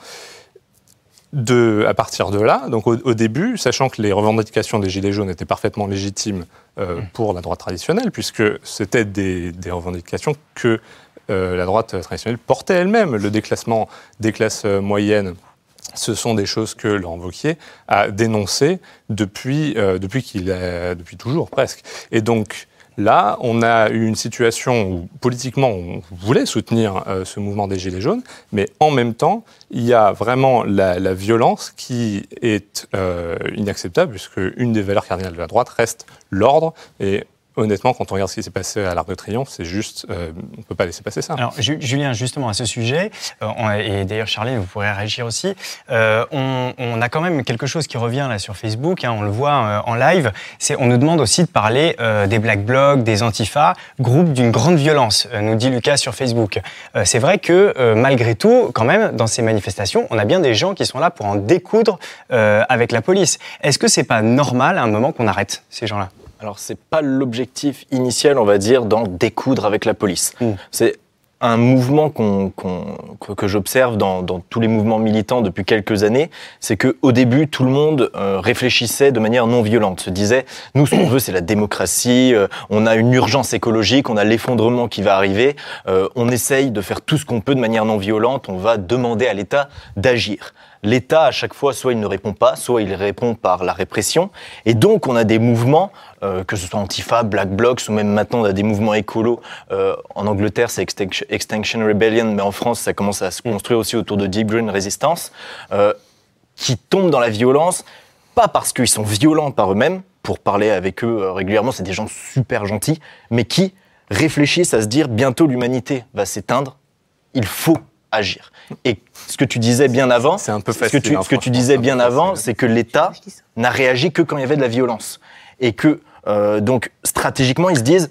[SPEAKER 11] De, à partir de là, donc au, au début, sachant que les revendications des Gilets jaunes étaient parfaitement légitimes euh, pour la droite traditionnelle, puisque c'était des, des revendications que euh, la droite traditionnelle portait elle-même, le déclassement des classes euh, moyennes. Ce sont des choses que Laurent Wauquiez a dénoncées depuis, euh, depuis, qu'il a, depuis toujours, presque. Et donc, là, on a eu une situation où, politiquement, on voulait soutenir euh, ce mouvement des Gilets jaunes, mais en même temps, il y a vraiment la, la violence qui est euh, inacceptable, puisque une des valeurs cardinales de la droite reste l'ordre. Et honnêtement, quand on regarde ce qui s'est passé à l'Arc de Triomphe, c'est juste, euh, on ne peut pas laisser passer ça.
[SPEAKER 1] Alors, Julien, justement, à ce sujet, euh, on, et d'ailleurs, Charlène, vous pourrez réagir aussi, euh, on, on a quand même quelque chose qui revient là sur Facebook, hein, on le voit euh, en live, c'est, on nous demande aussi de parler euh, des Black Blocs, des Antifa, groupe d'une grande violence, euh, nous dit Lucas sur Facebook. Euh, c'est vrai que, euh, malgré tout, quand même, dans ces manifestations, on a bien des gens qui sont là pour en découdre euh, avec la police. Est-ce que c'est pas normal à un moment qu'on arrête ces gens-là ?
[SPEAKER 5] Alors, c'est pas l'objectif initial, on va dire, d'en découdre avec la police. Mmh. C'est un mouvement qu'on, qu'on, que j'observe dans, dans tous les mouvements militants depuis quelques années, c'est qu'au début, tout le monde euh, réfléchissait de manière non violente, se disait « nous, ce qu'on veut, c'est la démocratie, euh, on a une urgence écologique, on a l'effondrement qui va arriver, euh, on essaye de faire tout ce qu'on peut de manière non violente, on va demander à l'État d'agir ». L'État, à chaque fois, soit il ne répond pas, soit il répond par la répression. Et donc, on a des mouvements, euh, que ce soit Antifa, Black Blocs, ou même maintenant, on a des mouvements écolos. Euh, en Angleterre, c'est Extinction, Extinction Rebellion, mais en France, ça commence à se construire aussi autour de Deep Green Resistance, euh, qui tombent dans la violence, pas parce qu'ils sont violents par eux-mêmes, pour parler avec eux euh, régulièrement, c'est des gens super gentils, mais qui réfléchissent à se dire, bientôt l'humanité va s'éteindre, il faut agir. Et ce que tu disais bien avant,
[SPEAKER 11] c'est un peu facile,
[SPEAKER 5] ce que tu,
[SPEAKER 11] hein,
[SPEAKER 5] ce que tu disais bien avant, c'est que l'État n'a réagi que quand il y avait de la violence. Et que, euh, donc, stratégiquement, ils se disent,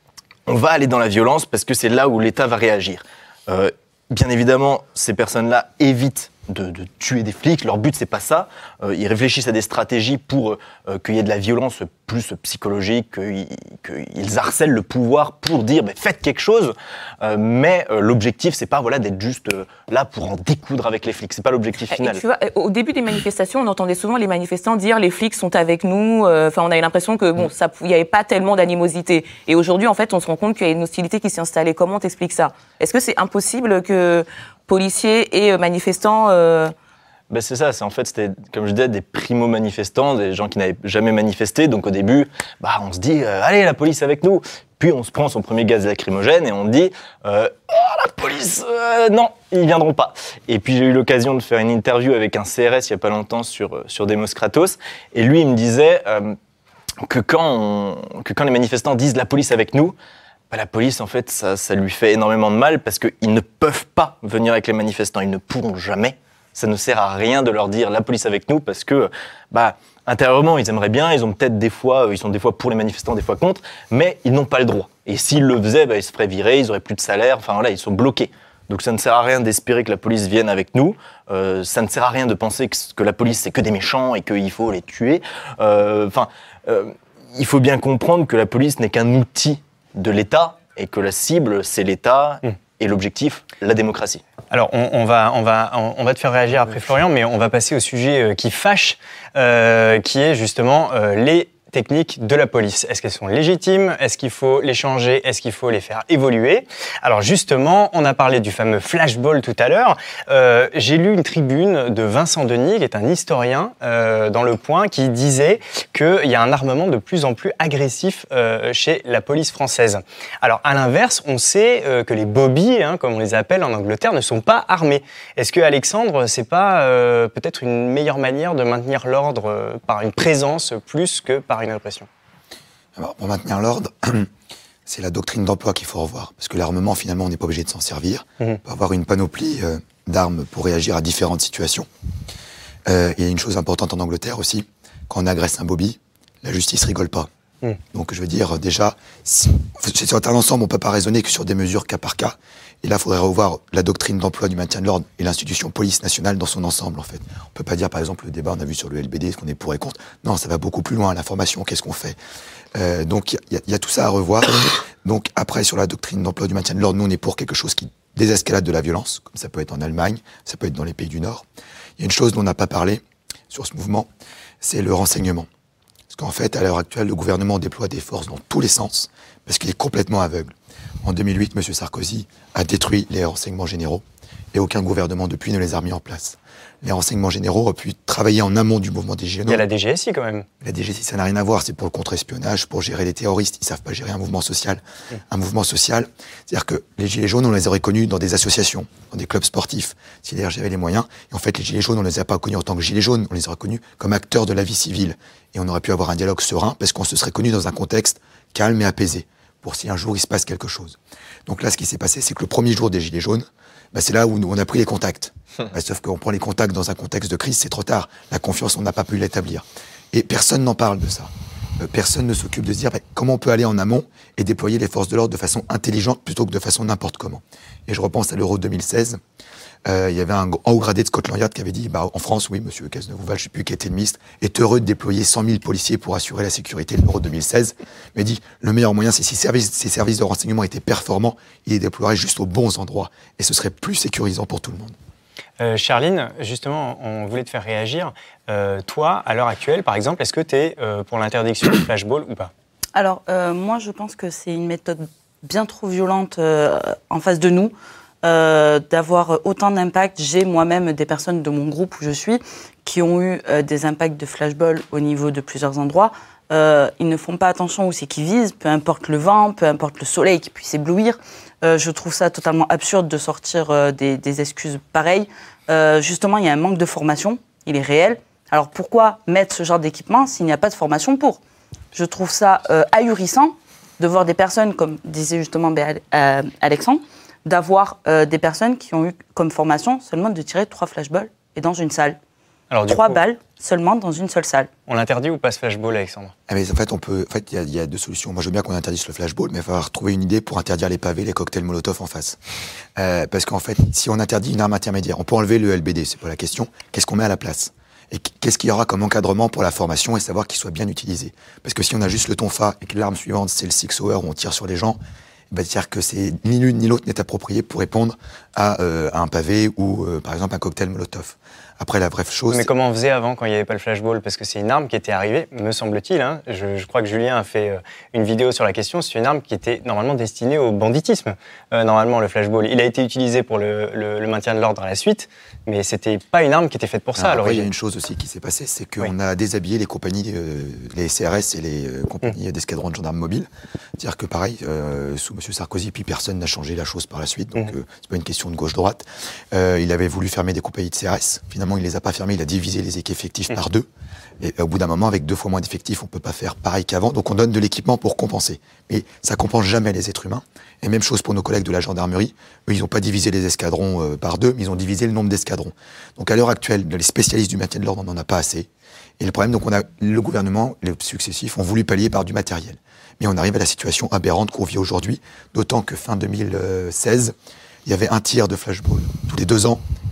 [SPEAKER 5] on va aller dans la violence parce que c'est là où l'État va réagir. Euh, bien évidemment, ces personnes-là évitent de, de tuer des flics, leur but c'est pas ça, euh, ils réfléchissent à des stratégies pour euh, qu'il y ait de la violence plus psychologique, qu'ils, qu'ils harcèlent le pouvoir pour dire bah, faites quelque chose, euh, mais euh, l'objectif c'est pas voilà, d'être juste euh, là pour en découdre avec les flics, c'est pas l'objectif final.
[SPEAKER 4] Et tu vois, au début des manifestations, on entendait souvent les manifestants dire les flics sont avec nous, enfin euh, on avait l'impression que bon, ça, il n'y avait pas tellement d'animosité. Et aujourd'hui en fait on se rend compte qu'il y a une hostilité qui s'est installée. Comment t'expliques ça ? Est-ce que c'est impossible que policiers et manifestants euh...
[SPEAKER 5] ben c'est ça, c'est en fait, c'était, comme je disais, des primo-manifestants, des gens qui n'avaient jamais manifesté. Donc au début, bah, on se dit, euh, allez, la police avec nous. Puis on se prend son premier gaz lacrymogène et on dit, euh, oh, la police, euh, non, ils ne viendront pas. Et puis j'ai eu l'occasion de faire une interview avec un C R S il n'y a pas longtemps sur, sur Demos Kratos. Et lui, il me disait euh, que, quand on, que quand les manifestants disent, la police avec nous, bah, la police, en fait, ça, ça lui fait énormément de mal parce qu'ils ne peuvent pas venir avec les manifestants. Ils ne pourront jamais. Ça ne sert à rien de leur dire la police avec nous parce que, bah, intérieurement, ils aimeraient bien. Ils ont peut-être des fois, ils sont des fois pour les manifestants, des fois contre, mais ils n'ont pas le droit. Et s'ils le faisaient, bah, ils se feraient virer, ils auraient plus de salaire. Enfin voilà, ils sont bloqués. Donc ça ne sert à rien d'espérer que la police vienne avec nous. Euh, ça ne sert à rien de penser que, que la police c'est que des méchants et qu'il faut les tuer. Enfin, euh, euh, il faut bien comprendre que la police n'est qu'un outil de l'État et que la cible, c'est l'État mmh. et l'objectif, la démocratie.
[SPEAKER 1] Alors, on, on, va, on, va, on va te faire réagir après Florian, mais on va passer au sujet qui fâche, euh, qui est justement euh, les techniques de la police. Est-ce qu'elles sont légitimes? Est-ce qu'il faut les changer? Est-ce qu'il faut les faire évoluer? Alors justement, on a parlé du fameux flashball tout à l'heure. Euh, j'ai lu une tribune de Vincent Denis, qui est un historien euh, dans Le Point, qui disait qu'il y a un armement de plus en plus agressif euh, chez la police française. Alors à l'inverse, on sait euh, que les bobbies, hein, comme on les appelle en Angleterre, ne sont pas armés. Est-ce que, Alexandre, c'est pas euh, peut-être une meilleure manière de maintenir l'ordre euh, par une présence plus que par une répression?
[SPEAKER 6] Alors, pour maintenir l'ordre, c'est la doctrine d'emploi qu'il faut revoir. Parce que l'armement, finalement, on n'est pas obligé de s'en servir. Mmh. On peut avoir une panoplie euh, d'armes pour réagir à différentes situations. Euh, il y a une chose importante en Angleterre aussi, quand on agresse un bobby, la justice rigole pas. Mmh. Donc je veux dire, déjà, si, sur un ensemble, on ne peut pas raisonner que sur des mesures cas par cas. Et là, il faudrait revoir la doctrine d'emploi du maintien de l'ordre et l'institution police nationale dans son ensemble, en fait. On ne peut pas dire, par exemple, le débat, on a vu sur le L B D, ce qu'on est pour et contre. Non, ça va beaucoup plus loin, l'information, qu'est-ce qu'on fait? euh, Donc, il y, y a tout ça à revoir. Donc, après, sur la doctrine d'emploi du maintien de l'ordre, nous, on est pour quelque chose qui désescalade de la violence, comme ça peut être en Allemagne, ça peut être dans les pays du Nord. Il y a une chose dont on n'a pas parlé sur ce mouvement, c'est le renseignement. Parce qu'en fait, à l'heure actuelle, le gouvernement déploie des forces dans tous les sens, parce qu'il est complètement aveugle. En deux mille huit, M. Sarkozy a détruit les renseignements généraux, et aucun gouvernement depuis ne les a mis en place. Les renseignements généraux ont pu travailler en amont du mouvement des Gilets jaunes.
[SPEAKER 1] Il y a la D G S I quand même.
[SPEAKER 6] La D G S I, ça n'a rien à voir, c'est pour le contre-espionnage, pour gérer les terroristes. Ils ne savent pas gérer un mouvement social. Mmh. Un mouvement social, c'est-à-dire que les Gilets jaunes, on les aurait connus dans des associations, dans des clubs sportifs, si d'ailleurs j'avais les moyens. Et en fait, les Gilets jaunes, on ne les a pas connus en tant que Gilets jaunes, on les aurait connus comme acteurs de la vie civile. Et on aurait pu avoir un dialogue serein, parce qu'on se serait connus dans un contexte calme et apaisé, pour si un jour il se passe quelque chose. Donc là, ce qui s'est passé, c'est que le premier jour des Gilets jaunes, bah c'est là où nous, on a pris les contacts. Bah, sauf qu'on prend les contacts dans un contexte de crise, c'est trop tard. La confiance, on n'a pas pu l'établir. Et personne n'en parle de ça. Euh, personne ne s'occupe de se dire bah, comment on peut aller en amont et déployer les forces de l'ordre de façon intelligente plutôt que de façon n'importe comment. Et je repense à l'Euro deux mille seize. Euh, il y avait un haut gradé de Scotland Yard qui avait dit bah, en France, oui, monsieur Cazeneuve-Val, je ne sais plus qui était le ministre, est heureux de déployer cent mille policiers pour assurer la sécurité de l'Euro deux mille seize. Mais dit le meilleur moyen, c'est si service, ces services de renseignement étaient performants, ils les déploieraient juste aux bons endroits. Et ce serait plus sécurisant pour tout le monde.
[SPEAKER 1] Euh, Charline, justement, on voulait te faire réagir. Euh, toi, à l'heure actuelle, par exemple, est-ce que tu es euh, pour l'interdiction du flashball ou pas?
[SPEAKER 8] Alors, euh, moi, je pense que c'est une méthode bien trop violente euh, en face de nous, euh, d'avoir autant d'impact. J'ai moi-même des personnes de mon groupe où je suis qui ont eu euh, des impacts de flashball au niveau de plusieurs endroits. Euh, ils ne font pas attention où c'est qu'ils visent, peu importe le vent, peu importe le soleil qui puisse éblouir. Euh, je trouve ça totalement absurde de sortir euh, des, des excuses pareilles. Euh, justement, il y a un manque de formation, il est réel. Alors pourquoi mettre ce genre d'équipement s'il n'y a pas de formation pour? Je trouve ça euh, ahurissant de voir des personnes, comme disait justement euh, Alexandre, d'avoir euh, des personnes qui ont eu comme formation seulement de tirer trois flashballs et dans une salle. Alors, trois coup, balles seulement dans une seule salle.
[SPEAKER 1] On l'interdit ou pas ce flashball, Alexandre?
[SPEAKER 6] Ah mais en fait, on peut. En fait, il y, y a deux solutions. Moi, je veux bien qu'on interdise le flashball, mais il va falloir trouver une idée pour interdire les pavés, les cocktails Molotov en face. Euh, parce qu'en fait, si on interdit une arme intermédiaire, on peut enlever le L B D, c'est pas la question. Qu'est-ce qu'on met à la place? Et qu'est-ce qu'il y aura comme encadrement pour la formation et savoir qu'il soit bien utilisé? Parce que si on a juste le tonfa et que l'arme suivante c'est le six hour où on tire sur les gens, bah, c'est-à-dire que c'est ni l'une ni l'autre n'est approprié pour répondre à, euh, à un pavé ou euh, par exemple un cocktail Molotov. Après, la vraie chose...
[SPEAKER 1] Mais comment on faisait avant quand il n'y avait pas le flashball? Parce que c'est une arme qui était arrivée, me semble-t-il, hein, je, je crois que Julien a fait euh, une vidéo sur la question, c'est une arme qui était normalement destinée au banditisme, euh, normalement le flashball. Il a été utilisé pour le, le, le maintien de l'ordre à la suite, mais c'était pas une arme qui était faite pour ça.
[SPEAKER 6] Alors, il y a une chose aussi qui s'est passée, c'est qu'on oui. a déshabillé les compagnies, euh, les C R S et les euh, compagnies mmh. d'escadrons de gendarmes mobiles. C'est-à-dire que pareil, euh, sous M. Sarkozy, puis personne n'a changé la chose par la suite, donc mmh. euh, c'est pas une question de gauche-droite. Euh, il avait voulu fermer des compagnies de C R S, finalement il les a pas fermées, il a divisé les effectifs mmh. par deux. Et au bout d'un moment, avec deux fois moins d'effectifs, on ne peut pas faire pareil qu'avant. Donc on donne de l'équipement pour compenser. Mais ça ne compense jamais les êtres humains. Et même chose pour nos collègues de la gendarmerie. Eux, ils n'ont pas divisé les escadrons euh, par deux, mais ils ont divisé le nombre d'escadrons. Donc à l'heure actuelle, les spécialistes du maintien de l'ordre, on n'en a pas assez. Et le problème, donc on a le gouvernement, les successifs, ont voulu pallier par du matériel. Mais on arrive à la situation aberrante qu'on vit aujourd'hui, d'autant que fin deux mille seize, il y avait un tir de flashball tous les deux ans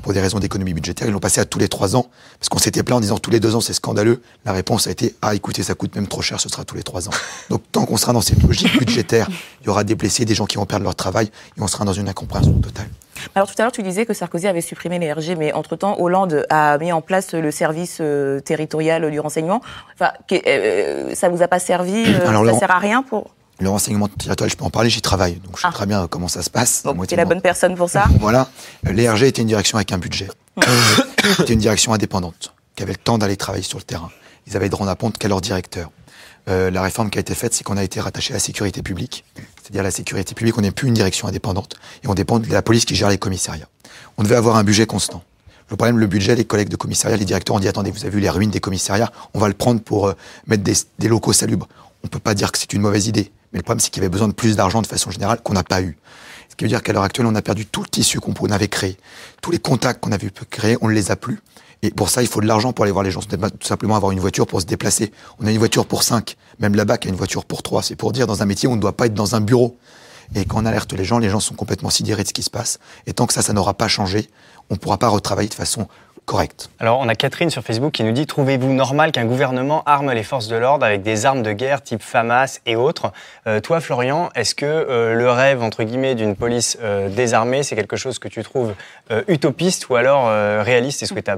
[SPEAKER 6] pour des raisons d'économie budgétaire, ils l'ont passé à tous les trois ans, parce qu'on s'était plaint en disant tous les deux ans c'est scandaleux. La réponse a été ah écoutez ça coûte même trop cher, ce sera tous les trois ans. Donc tant qu'on sera dans cette logique budgétaire, il y aura des blessés, des gens qui vont perdre leur travail et on sera dans une incompréhension totale.
[SPEAKER 4] Alors tout à l'heure tu disais que Sarkozy avait supprimé les R G, mais entre-temps Hollande a mis en place le service euh, territorial du renseignement. Enfin, euh, ça vous a pas servi, euh, Alors, ça ne sert à rien pour...
[SPEAKER 6] Le renseignement territorial, je peux en parler, j'y travaille, donc je sais ah. très bien comment ça se passe.
[SPEAKER 4] Donc tu es la bonne personne pour ça.
[SPEAKER 6] Voilà, les R G étaient une direction avec un budget. C'était une direction indépendante, qui avait le temps d'aller travailler sur le terrain. Ils avaient de rendre à compte qu'à leur directeur. Euh, la réforme qui a été faite, c'est qu'on a été rattaché à la sécurité publique. C'est-à-dire la sécurité publique, on n'est plus une direction indépendante, et on dépend de la police qui gère les commissariats. On devait avoir un budget constant. Le problème, le budget, les collègues de commissariat, les directeurs ont dit, attendez, vous avez vu les ruines des commissariats, on va le prendre pour euh, mettre des, des locaux salubres. On ne peut pas dire que c'est une mauvaise idée. Mais le problème, c'est qu'il y avait besoin de plus d'argent de façon générale qu'on n'a pas eu. Ce qui veut dire qu'à l'heure actuelle, on a perdu tout le tissu qu'on avait créé. Tous les contacts qu'on avait pu créer, on ne les a plus. Et pour ça, il faut de l'argent pour aller voir les gens. C'est pas tout simplement avoir une voiture pour se déplacer. On a une voiture pour cinq. Même là-bas, il y a une voiture pour trois. C'est pour dire, dans un métier, on ne doit pas être dans un bureau. Et quand on alerte les gens, les gens sont complètement sidérés de ce qui se passe. Et tant que ça, ça n'aura pas changé, on ne pourra pas retravailler de façon correcte.
[SPEAKER 1] Alors, on a Catherine sur Facebook qui nous dit « Trouvez-vous normal qu'un gouvernement arme les forces de l'ordre avec des armes de guerre type FAMAS et autres euh, ?» Toi, Florian, est-ce que euh, le rêve, entre guillemets, d'une police euh, désarmée, c'est quelque chose que tu trouves euh, utopiste ou alors euh, réaliste et souhaitable ?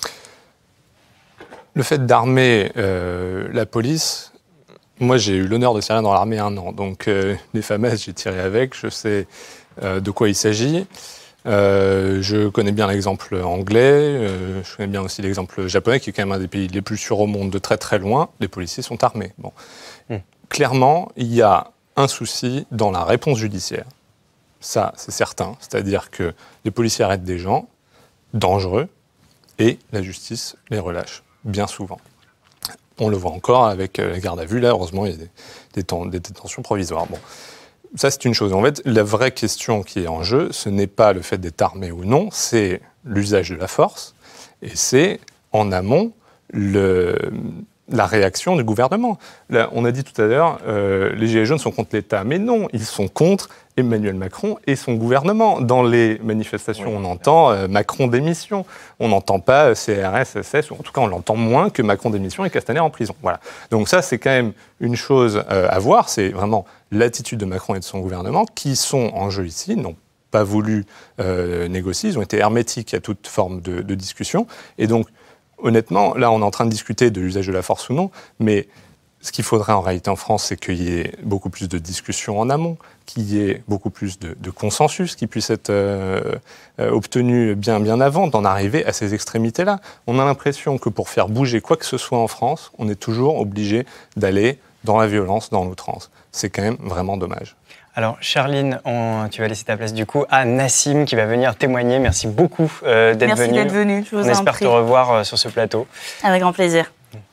[SPEAKER 11] Le fait d'armer euh, la police, moi j'ai eu l'honneur de servir dans l'armée un an, donc euh, les FAMAS, j'ai tiré avec, je sais euh, de quoi il s'agit. Euh, je connais bien l'exemple anglais, euh, je connais bien aussi l'exemple japonais, qui est quand même un des pays les plus sûrs au monde de très très loin. Les policiers sont armés. Bon. Mmh. Clairement, il y a un souci dans la réponse judiciaire. Ça, c'est certain. C'est-à-dire que les policiers arrêtent des gens dangereux et la justice les relâche, bien souvent. On le voit encore avec la garde à vue. Là, heureusement, il y a des, des, temps, des détentions provisoires. Bon. Ça, c'est une chose. En fait, la vraie question qui est en jeu, ce n'est pas le fait d'être armé ou non, c'est l'usage de la force et c'est, en amont, le, la réaction du gouvernement. Là, on a dit tout à l'heure, euh, les Gilets jaunes sont contre l'État. Mais non, ils sont contre Emmanuel Macron et son gouvernement. Dans les manifestations, oui, on entend euh, Macron démission. On n'entend pas C R S, S S, ou en tout cas, on l'entend moins que Macron démission et Castaner en prison. Voilà. Donc ça, c'est quand même une chose euh, à voir. C'est vraiment l'attitude de Macron et de son gouvernement qui sont en jeu ici, n'ont pas voulu euh, négocier. Ils ont été hermétiques à toute forme de, de discussion. Et donc, honnêtement, là, on est en train de discuter de l'usage de la force ou non, mais ce qu'il faudrait en réalité en France, c'est qu'il y ait beaucoup plus de discussions en amont, qu'il y ait beaucoup plus de, de consensus qui puisse être euh, euh, obtenu bien, bien avant d'en arriver à ces extrémités-là. On a l'impression que pour faire bouger quoi que ce soit en France, on est toujours obligé d'aller dans la violence, dans l'outrance. C'est quand même vraiment dommage.
[SPEAKER 1] Alors, Charline, on, tu vas laisser ta place du coup à Nassim qui va venir témoigner. Merci beaucoup euh, d'être venu.
[SPEAKER 8] Merci d'être venu, je vous en prie.
[SPEAKER 1] On espère te revoir euh, sur ce plateau.
[SPEAKER 8] Avec grand plaisir.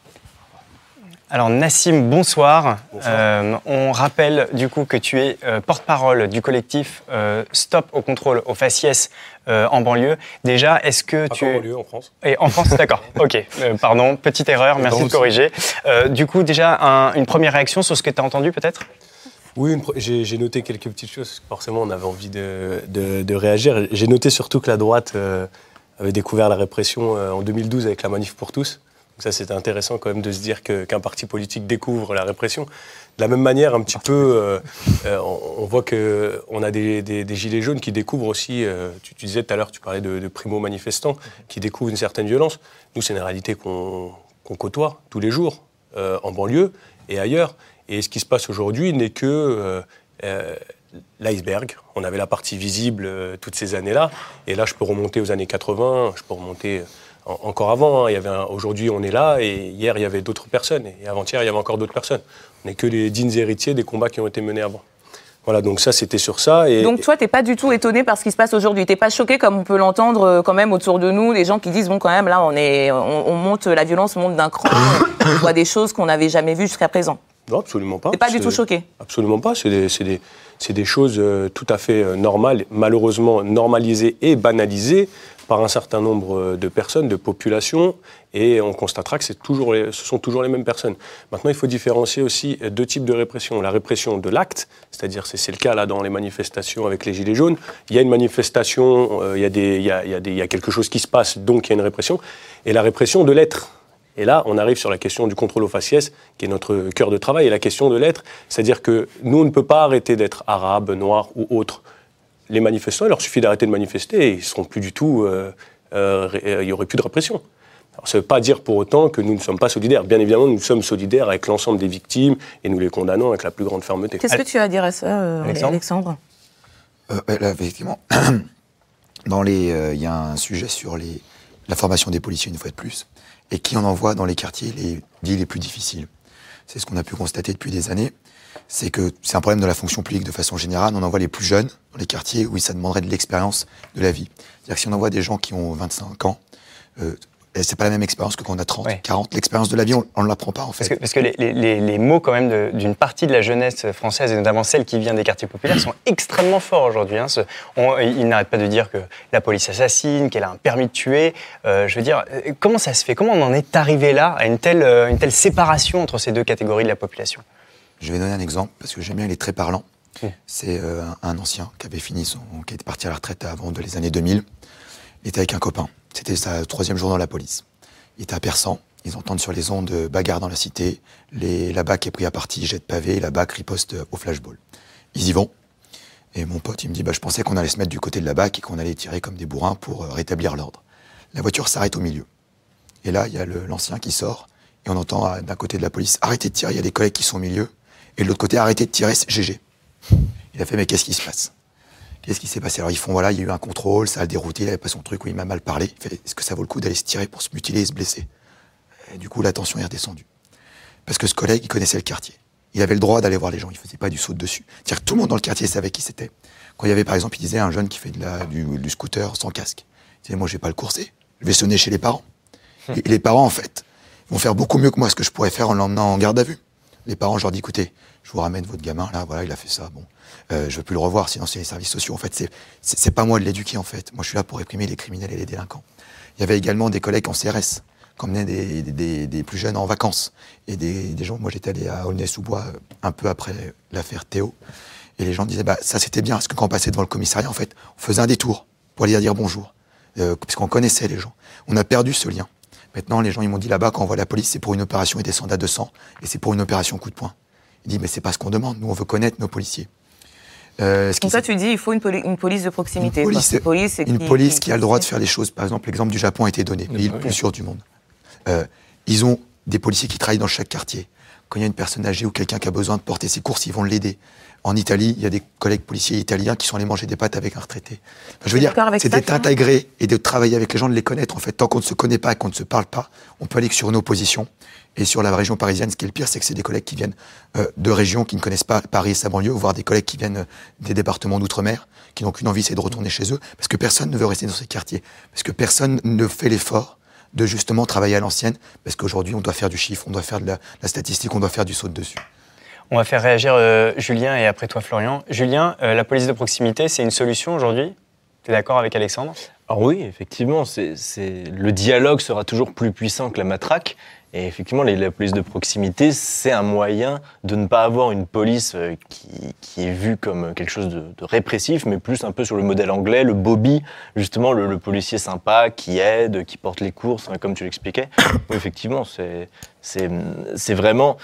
[SPEAKER 1] Alors Nassim, bonsoir. bonsoir. Euh, on rappelle du coup que tu es euh, porte-parole du collectif euh, Stop au contrôle au faciès euh, en banlieue. Déjà, est-ce que
[SPEAKER 12] Pas
[SPEAKER 1] tu...
[SPEAKER 12] en banlieue, en France.
[SPEAKER 1] Et en France, d'accord. Ok, euh, pardon, petite erreur, merci de corriger. Euh, du coup, déjà, un, une première réaction sur ce que tu as entendu peut-être ?
[SPEAKER 12] Oui, j'ai, j'ai noté quelques petites choses. Forcément, on avait envie de, de, de réagir. J'ai noté surtout que la droite euh, avait découvert la répression euh, en deux mille douze avec la Manif pour tous. Donc ça, c'était intéressant quand même de se dire que, qu'un parti politique découvre la répression. De la même manière, un petit peu, euh, euh, on, on voit qu'on a des, des, des gilets jaunes qui découvrent aussi, euh, tu, tu disais tout à l'heure, tu parlais de, de primo-manifestants, qui découvrent une certaine violence. Nous, c'est une réalité qu'on, qu'on côtoie tous les jours, euh, en banlieue et ailleurs. Et ce qui se passe aujourd'hui n'est que euh, euh, l'iceberg. On avait la partie visible euh, toutes ces années-là. Et là, je peux remonter aux années quatre-vingts, je peux remonter en, encore avant. Hein. Il y avait un, aujourd'hui, on est là, et hier, il y avait d'autres personnes. Et avant-hier, il y avait encore d'autres personnes. On n'est que les dignes héritiers des combats qui ont été menés avant. Voilà, donc ça, c'était sur ça. Et,
[SPEAKER 4] donc toi, t'es pas du tout étonné par ce qui se passe aujourd'hui. T'es pas choqué, comme on peut l'entendre quand même autour de nous, des gens qui disent, bon, quand même, là, on, est, on, on monte, la violence monte d'un cran, on voit des choses qu'on n'avait jamais vues jusqu'à présent.
[SPEAKER 12] Non, absolument pas.
[SPEAKER 4] T'es pas du tout choqué?
[SPEAKER 12] Absolument pas. C'est des, c'est des, c'est des choses euh, tout à fait euh, normales, malheureusement normalisées et banalisées par un certain nombre de personnes, de populations, et on constatera que c'est toujours les, ce sont toujours les mêmes personnes. Maintenant, il faut différencier aussi deux types de répression. La répression de l'acte, c'est-à-dire, c'est, c'est le cas là dans les manifestations avec les Gilets jaunes, il y a une manifestation, euh, il, y a des, il, y a, il, y a des, il y a quelque chose qui se passe, donc il y a une répression, et la répression de l'être. Et là, on arrive sur la question du contrôle au faciès, qui est notre cœur de travail, et la question de l'être, c'est-à-dire que nous, on ne peut pas arrêter d'être arabe, noir ou autre. Les manifestants, il leur suffit d'arrêter de manifester et ils seront plus du tout, euh, euh, il n'y aurait plus de répression. Alors, ça ne veut pas dire pour autant que nous ne sommes pas solidaires. Bien évidemment, nous sommes solidaires avec l'ensemble des victimes et nous les condamnons avec la plus grande fermeté.
[SPEAKER 4] Qu'est-ce que tu as à dire à ça, euh, Alexandre, Alexandre
[SPEAKER 6] euh, là, effectivement, dans les, il euh, y a un sujet sur les, la formation des policiers une fois de plus et qui on envoie dans les quartiers les villes les plus difficiles. C'est ce qu'on a pu constater depuis des années. C'est que c'est un problème de la fonction publique de façon générale. On envoie les plus jeunes dans les quartiers où ça demanderait de l'expérience de la vie. C'est-à-dire que si on envoie des gens qui ont vingt-cinq ans, euh, c'est pas la même expérience que quand on a trente, ouais. quarante. L'expérience de la vie, on ne l'apprend pas en fait.
[SPEAKER 1] Parce que, parce que les, les, les mots quand même de, d'une partie de la jeunesse française, et notamment celle qui vient des quartiers populaires, sont extrêmement forts aujourd'hui. Hein. Ce, on, ils n'arrêtent pas de dire que la police assassine, qu'elle a un permis de tuer. Euh, je veux dire, comment ça se fait? Comment on en est arrivé là, à une telle, une telle séparation entre ces deux catégories de la population?
[SPEAKER 6] Je vais donner un exemple, parce que j'aime bien, il est très parlant. Mmh. C'est euh, un ancien qui avait fini son, qui était parti à la retraite avant de les années deux mille. Il était avec un copain. C'était sa troisième jour dans la police. Il était à Persan. Ils entendent sur les ondes bagarre dans la cité. Les, la B A C est pris à partie, jette pavé. La B A C riposte au flashball. Ils y vont. Et mon pote, il me dit, bah, je pensais qu'on allait se mettre du côté de la B A C et qu'on allait tirer comme des bourrins pour euh, rétablir l'ordre. La voiture s'arrête au milieu. Et là, il y a le, l'ancien qui sort. Et on entend euh, d'un côté de la police, arrêtez de tirer, il y a des collègues qui sont au milieu. Et de l'autre côté, arrêtez de tirer, c'est G G. Il a fait, mais qu'est-ce qui se passe? Qu'est-ce qui s'est passé? Alors ils font, voilà, il y a eu un contrôle, ça a dérouté, il n'avait pas son truc, où il m'a mal parlé. Il fait, est-ce que ça vaut le coup d'aller se tirer pour se mutiler et se blesser? Et du coup, la tension est redescendue. Parce que ce collègue, il connaissait le quartier. Il avait le droit d'aller voir les gens, il faisait pas du saut de dessus. C'est-à-dire que tout le monde dans le quartier savait qui c'était. Quand il y avait, par exemple, il disait un jeune qui fait de la, du, du scooter sans casque. Il disait, moi, je vais pas le courser, je vais sonner chez les parents. Et, et les parents, en fait, vont faire beaucoup mieux que moi ce que je pourrais faire en l'emmenant en garde à vue. Les parents, je leur dis, écoutez, je vous ramène votre gamin, là, voilà, il a fait ça, bon. Euh, je veux plus le revoir, sinon c'est les services sociaux. En fait, c'est, c'est, c'est pas moi de l'éduquer, en fait. Moi, je suis là pour réprimer les criminels et les délinquants. Il y avait également des collègues en C R S, qui emmenaient des, des, des, des plus jeunes en vacances. Et des, des gens, moi, j'étais allé à Aulnay-sous-Bois un peu après l'affaire Théo. Et les gens disaient, bah, ça, c'était bien, parce que quand on passait devant le commissariat, en fait, on faisait un détour pour aller dire bonjour. Euh, parce qu'on connaissait les gens. On a perdu ce lien. Maintenant, les gens, ils m'ont dit là-bas, quand on voit la police, c'est pour une opération, ils descendent à deux cents, et c'est pour une opération coup de poing. Il dit, mais c'est pas ce qu'on demande, nous, on veut connaître nos policiers.
[SPEAKER 4] Euh, ce Donc ça, tu dis, il faut une, poli- une police de proximité.
[SPEAKER 6] Une police,
[SPEAKER 4] une police,
[SPEAKER 6] une
[SPEAKER 4] qui,
[SPEAKER 6] police
[SPEAKER 4] qui,
[SPEAKER 6] qui a le droit de faire les choses. Par exemple, l'exemple du Japon a été donné, l'île plus sûre du monde. Euh, ils ont des policiers qui travaillent dans chaque quartier. Quand il y a une personne âgée ou quelqu'un qui a besoin de porter ses courses, ils vont l'aider. En Italie, il y a des collègues policiers italiens qui sont allés manger des pâtes avec un retraité. Enfin, je veux dire, c'est d'être intégré et de travailler avec les gens, de les connaître. En fait, tant qu'on ne se connaît pas et qu'on ne se parle pas, on peut aller sur nos positions. Et sur la région parisienne, ce qui est le pire, c'est que c'est des collègues qui viennent euh, de régions qui ne connaissent pas Paris et sa banlieue, voire des collègues qui viennent euh, des départements d'outre-mer, qui n'ont qu'une envie, c'est de retourner chez eux, parce que personne ne veut rester dans ces quartiers, parce que personne ne fait l'effort de justement travailler à l'ancienne, parce qu'aujourd'hui, on doit faire du chiffre, on doit faire de la, la statistique, on doit faire du saut de dessus.
[SPEAKER 1] On va faire réagir euh, Julien et après toi Florian. Julien, euh, la police de proximité, c'est une solution aujourd'hui? Tu es d'accord avec Alexandre?
[SPEAKER 5] Alors oui, effectivement, c'est, c'est... le dialogue sera toujours plus puissant que la matraque. Et effectivement, les, la police de proximité, c'est un moyen de ne pas avoir une police euh, qui, qui est vue comme quelque chose de, de répressif, mais plus un peu sur le modèle anglais, le Bobby, justement, le, le policier sympa qui aide, qui porte les courses, hein, comme tu l'expliquais. Oui, effectivement, c'est, c'est, c'est vraiment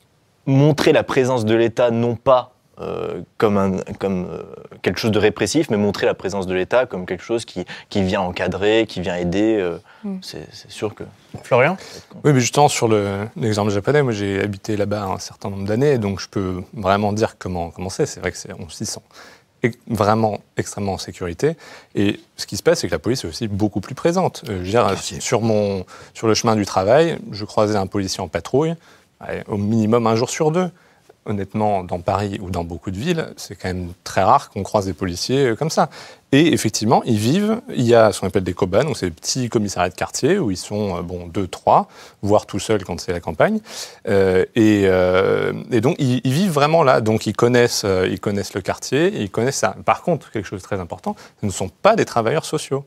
[SPEAKER 5] montrer la présence de l'État, non pas Euh, comme, un, comme euh, quelque chose de répressif, mais montrer la présence de l'État comme quelque chose qui, qui vient encadrer, qui vient aider. Euh, mm. c'est, c'est sûr que...
[SPEAKER 1] Florian ?
[SPEAKER 11] Oui, mais justement, sur le, l'exemple japonais, moi j'ai habité là-bas un certain nombre d'années, donc je peux vraiment dire comment, comment c'est. C'est vrai qu'on s'y sent vraiment extrêmement en sécurité. Et ce qui se passe, c'est que la police est aussi beaucoup plus présente. Euh, je veux dire, sur, mon, sur le chemin du travail, je croisais un policier en patrouille, ouais, au minimum un jour sur deux. Honnêtement, dans Paris ou dans beaucoup de villes, c'est quand même très rare qu'on croise des policiers comme ça. Et effectivement, ils vivent, il y a ce qu'on appelle des koban, donc c'est des petits commissariats de quartier où ils sont, bon, deux, trois, voire tout seuls quand c'est la campagne. Euh, et, euh, et donc, ils, ils vivent vraiment là. Donc, ils connaissent, euh, ils connaissent le quartier, ils connaissent ça. Par contre, quelque chose de très important, ce ne sont pas des travailleurs sociaux.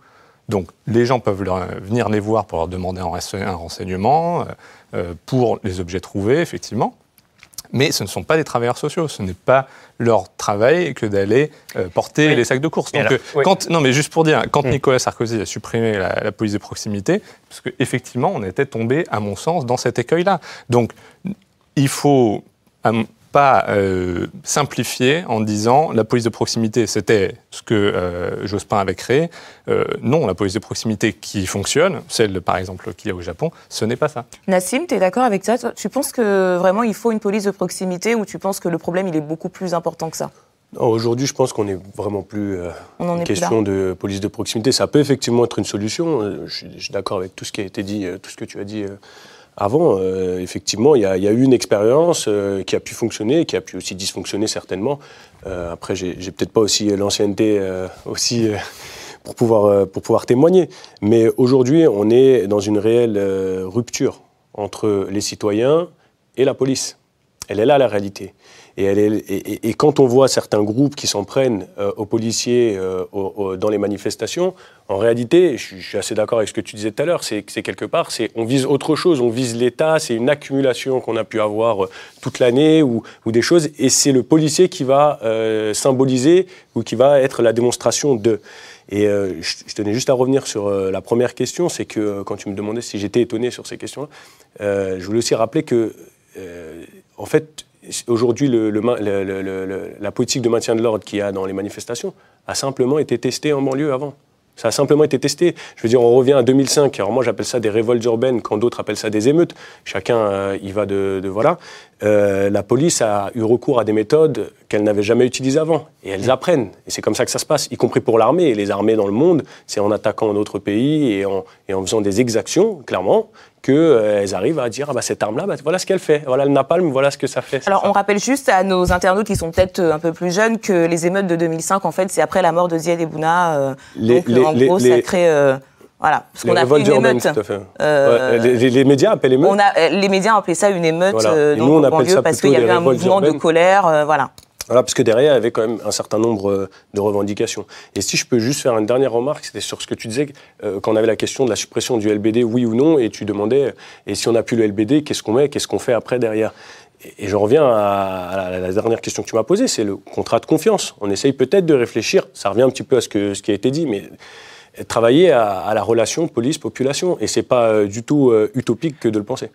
[SPEAKER 11] Donc les gens peuvent leur, venir les voir pour leur demander un renseignement, euh, pour les objets trouvés, effectivement. Mais ce ne sont pas des travailleurs sociaux, ce n'est pas leur travail que d'aller euh, porter oui. les sacs de course. Donc, alors, euh, oui. quand, non, mais juste pour dire, quand mmh. Nicolas Sarkozy a supprimé la, la police de proximité, parce qu'effectivement, on était tombé, à mon sens, dans cet écueil-là. Donc, il faut euh, pas euh, simplifier en disant la police de proximité, c'était ce que euh, Jospin avait créé. Euh, non, la police de proximité qui fonctionne, celle par exemple qu'il y a au Japon, ce n'est pas ça.
[SPEAKER 4] Nassim, tu es d'accord avec ça? Tu penses que vraiment il faut une police de proximité ou tu penses que le problème il est beaucoup plus important que ça?
[SPEAKER 12] Aujourd'hui, je pense qu'on n'est vraiment plus euh, une question de police de proximité. Ça peut effectivement être une solution. Je suis, je suis d'accord avec tout ce qui a été dit, tout ce que tu as dit. Euh, Avant, euh, effectivement, il y, y a eu une expérience euh, qui a pu fonctionner, qui a pu aussi dysfonctionner certainement. Euh, après, j'ai, j'ai peut-être pas aussi l'ancienneté euh, aussi euh, pour pouvoir euh, pour pouvoir témoigner. Mais aujourd'hui, on est dans une réelle euh, rupture entre les citoyens et la police. Elle est là la réalité. Et, elle est, et, et quand on voit certains groupes qui s'en prennent euh, aux policiers euh, aux, aux, dans les manifestations, en réalité, je, je suis assez d'accord avec ce que tu disais tout à l'heure, c'est, c'est quelque part, c'est, on vise autre chose, on vise l'État, c'est une accumulation qu'on a pu avoir euh, toute l'année ou, ou des choses, et c'est le policier qui va euh, symboliser ou qui va être la démonstration de. Et euh, je, je tenais juste à revenir sur euh, la première question, c'est que euh, quand tu me demandais si j'étais étonné sur ces questions-là, euh, je voulais aussi rappeler que, euh, en fait, aujourd'hui, le, le, le, le, le, la politique de maintien de l'ordre qu'il y a dans les manifestations a simplement été testée en banlieue avant. Ça a simplement été testé. Je veux dire, on revient à deux mille cinq. Alors moi, j'appelle ça des révoltes urbaines, quand d'autres appellent ça des émeutes. Chacun euh, y va de, de voilà. Euh, la police a eu recours à des méthodes qu'elle n'avait jamais utilisées avant. Et elles apprennent. Et c'est comme ça que ça se passe, y compris pour l'armée. Et les armées dans le monde, c'est en attaquant d'autres pays et en, et en faisant des exactions, clairement, qu'elles euh, arrivent à dire ah bah, cette arme-là, bah, voilà ce qu'elle fait. Voilà le napalm, voilà ce que ça fait.
[SPEAKER 4] Alors,
[SPEAKER 12] ça.
[SPEAKER 4] on rappelle juste à nos internautes qui sont peut-être un peu plus jeunes que les émeutes de deux mille cinq, en fait, c'est après la mort de Ziad Ebouna. Euh,
[SPEAKER 12] les,
[SPEAKER 4] donc,
[SPEAKER 12] les,
[SPEAKER 4] en gros,
[SPEAKER 12] les,
[SPEAKER 4] ça crée... Euh, voilà, parce
[SPEAKER 12] qu'on
[SPEAKER 4] a fait une émeute.
[SPEAKER 12] Tout à fait. Euh, ouais, les, les, les médias appellent émeute.
[SPEAKER 4] On a, les médias ont appelé ça une émeute
[SPEAKER 12] voilà.
[SPEAKER 4] euh,
[SPEAKER 12] nous, on appelle ça
[SPEAKER 4] parce qu'il y avait un mouvement urbaines. de colère, euh, voilà.
[SPEAKER 12] Voilà, parce que derrière, il y avait quand même un certain nombre de revendications. Et si je peux juste faire une dernière remarque, c'était sur ce que tu disais, euh, quand on avait la question de la suppression du L B D, oui ou non, et tu demandais, et si on n'a plus le L B D, qu'est-ce qu'on met, qu'est-ce qu'on fait après derrière? Et, et je reviens à, à la dernière question que tu m'as posée, c'est le contrat de confiance. On essaye peut-être de réfléchir, ça revient un petit peu à ce, que, ce qui a été dit, mais travailler à, à la relation police-population. Et ce n'est pas euh, du tout euh, utopique que de le penser.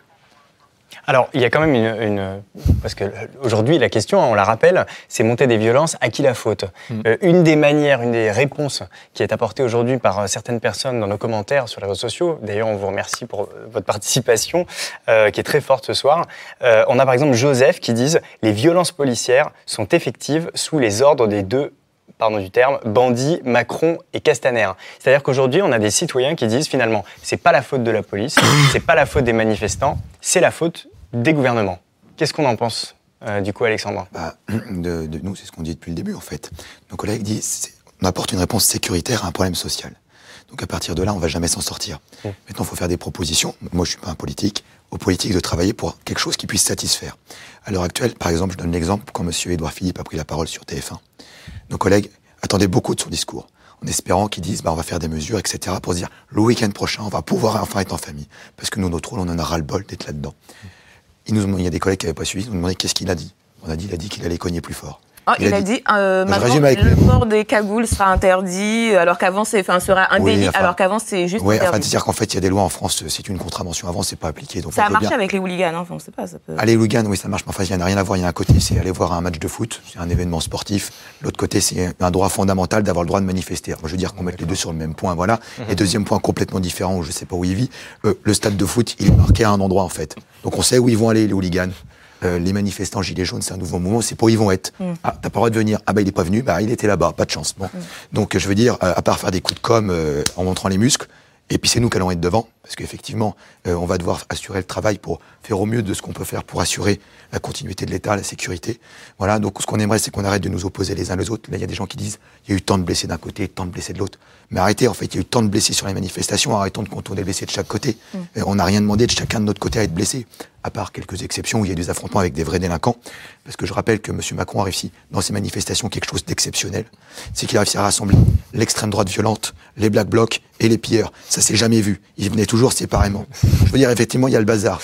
[SPEAKER 1] Alors, il y a quand même une... une parce qu'aujourd'hui, la question, on la rappelle, c'est monter des violences, à qui la faute? mmh. euh, Une des manières, une des réponses qui est apportée aujourd'hui par certaines personnes dans nos commentaires sur les réseaux sociaux, d'ailleurs, on vous remercie pour votre participation, euh, qui est très forte ce soir. Euh, on a par exemple Joseph qui dit « Les violences policières sont effectives sous les ordres des deux pardon du terme, bandits, Macron et Castaner. C'est-à-dire qu'aujourd'hui, on a des citoyens qui disent finalement, c'est pas la faute de la police, c'est pas la faute des manifestants, c'est la faute des gouvernements. Qu'est-ce qu'on en pense, euh, du coup, Alexandre?
[SPEAKER 6] bah, de, de nous, c'est ce qu'on dit depuis le début, en fait. Nos collègues disent, on apporte une réponse sécuritaire à un problème social. Donc à partir de là, on va jamais s'en sortir. Mmh. Maintenant, il faut faire des propositions. Moi, je suis pas un politique. Aux politiques de travailler pour quelque chose qui puisse satisfaire. À l'heure actuelle, par exemple, je donne l'exemple quand M. Édouard Philippe a pris la parole sur T F un. Nos collègues attendaient beaucoup de son discours, en espérant qu'ils disent bah, on va faire des mesures, et cetera, pour se dire le week-end prochain, on va pouvoir enfin être en famille. Parce que nous, notre rôle, on en a ras-le-bol d'être là-dedans. Il, nous ont, il y a des collègues qui n'avaient pas suivi, ils nous ont demandé qu'est-ce qu'il a dit. On a dit, il a dit qu'il allait cogner plus fort.
[SPEAKER 4] Oh, il, il a dit, dit euh, maintenant, le port des cagoules sera interdit, alors qu'avant, c'est, enfin, sera un délit, oui, enfin, alors qu'avant, c'est juste
[SPEAKER 6] oui,
[SPEAKER 4] interdit.
[SPEAKER 6] Enfin, c'est-à-dire qu'en fait, il y a des lois en France, c'est une contravention avant, c'est pas appliqué. Donc
[SPEAKER 4] ça a marché bien. Avec les hooligans, hein, enfin, on sait pas. Ça peut...
[SPEAKER 6] Ah, les hooligans, oui, ça marche, mais enfin, il n'y a rien à voir. Il y a un côté, c'est aller voir un match de foot, c'est un événement sportif. L'autre côté, c'est un droit fondamental d'avoir le droit de manifester. Moi, je veux dire qu'on mette les deux sur le même point, voilà. Mm-hmm. Et deuxième point complètement différent, où je sais pas où il vit, euh, le stade de foot, il est marqué à un endroit, en fait. Donc on sait où ils vont aller, les hooligans. Euh, les manifestants gilets jaunes, c'est un nouveau mouvement, c'est pas où ils vont être. Mm. Ah, t'as pas le droit de venir. Ah bah il est pas venu, bah il était là-bas, pas de chance. Bon. Mm. Donc je veux dire, euh, à part faire des coups de com euh, en montrant les muscles, et puis c'est nous qui allons être devant, parce qu'effectivement, euh, on va devoir assurer le travail pour faire au mieux de ce qu'on peut faire pour assurer la continuité de l'État, la sécurité. Voilà, donc ce qu'on aimerait, c'est qu'on arrête de nous opposer les uns les autres. Là, il y a des gens qui disent, il y a eu tant de blessés d'un côté, tant de blessés de l'autre. Mais arrêtez, en fait, il y a eu tant de blessés sur les manifestations, arrêtons de compter les blessés de chaque côté. Mm. Euh, on n'a rien demandé de chacun de notre côté à être blessé. à part quelques exceptions où il y a des affrontements avec des vrais délinquants. Parce que je rappelle que M. Macron a réussi dans ces manifestations quelque chose d'exceptionnel. C'est qu'il a réussi à rassembler l'extrême droite violente, les Black Blocs et les pilleurs. Ça s'est jamais vu. Ils venaient toujours séparément. Je veux dire, effectivement, il y a le bazar.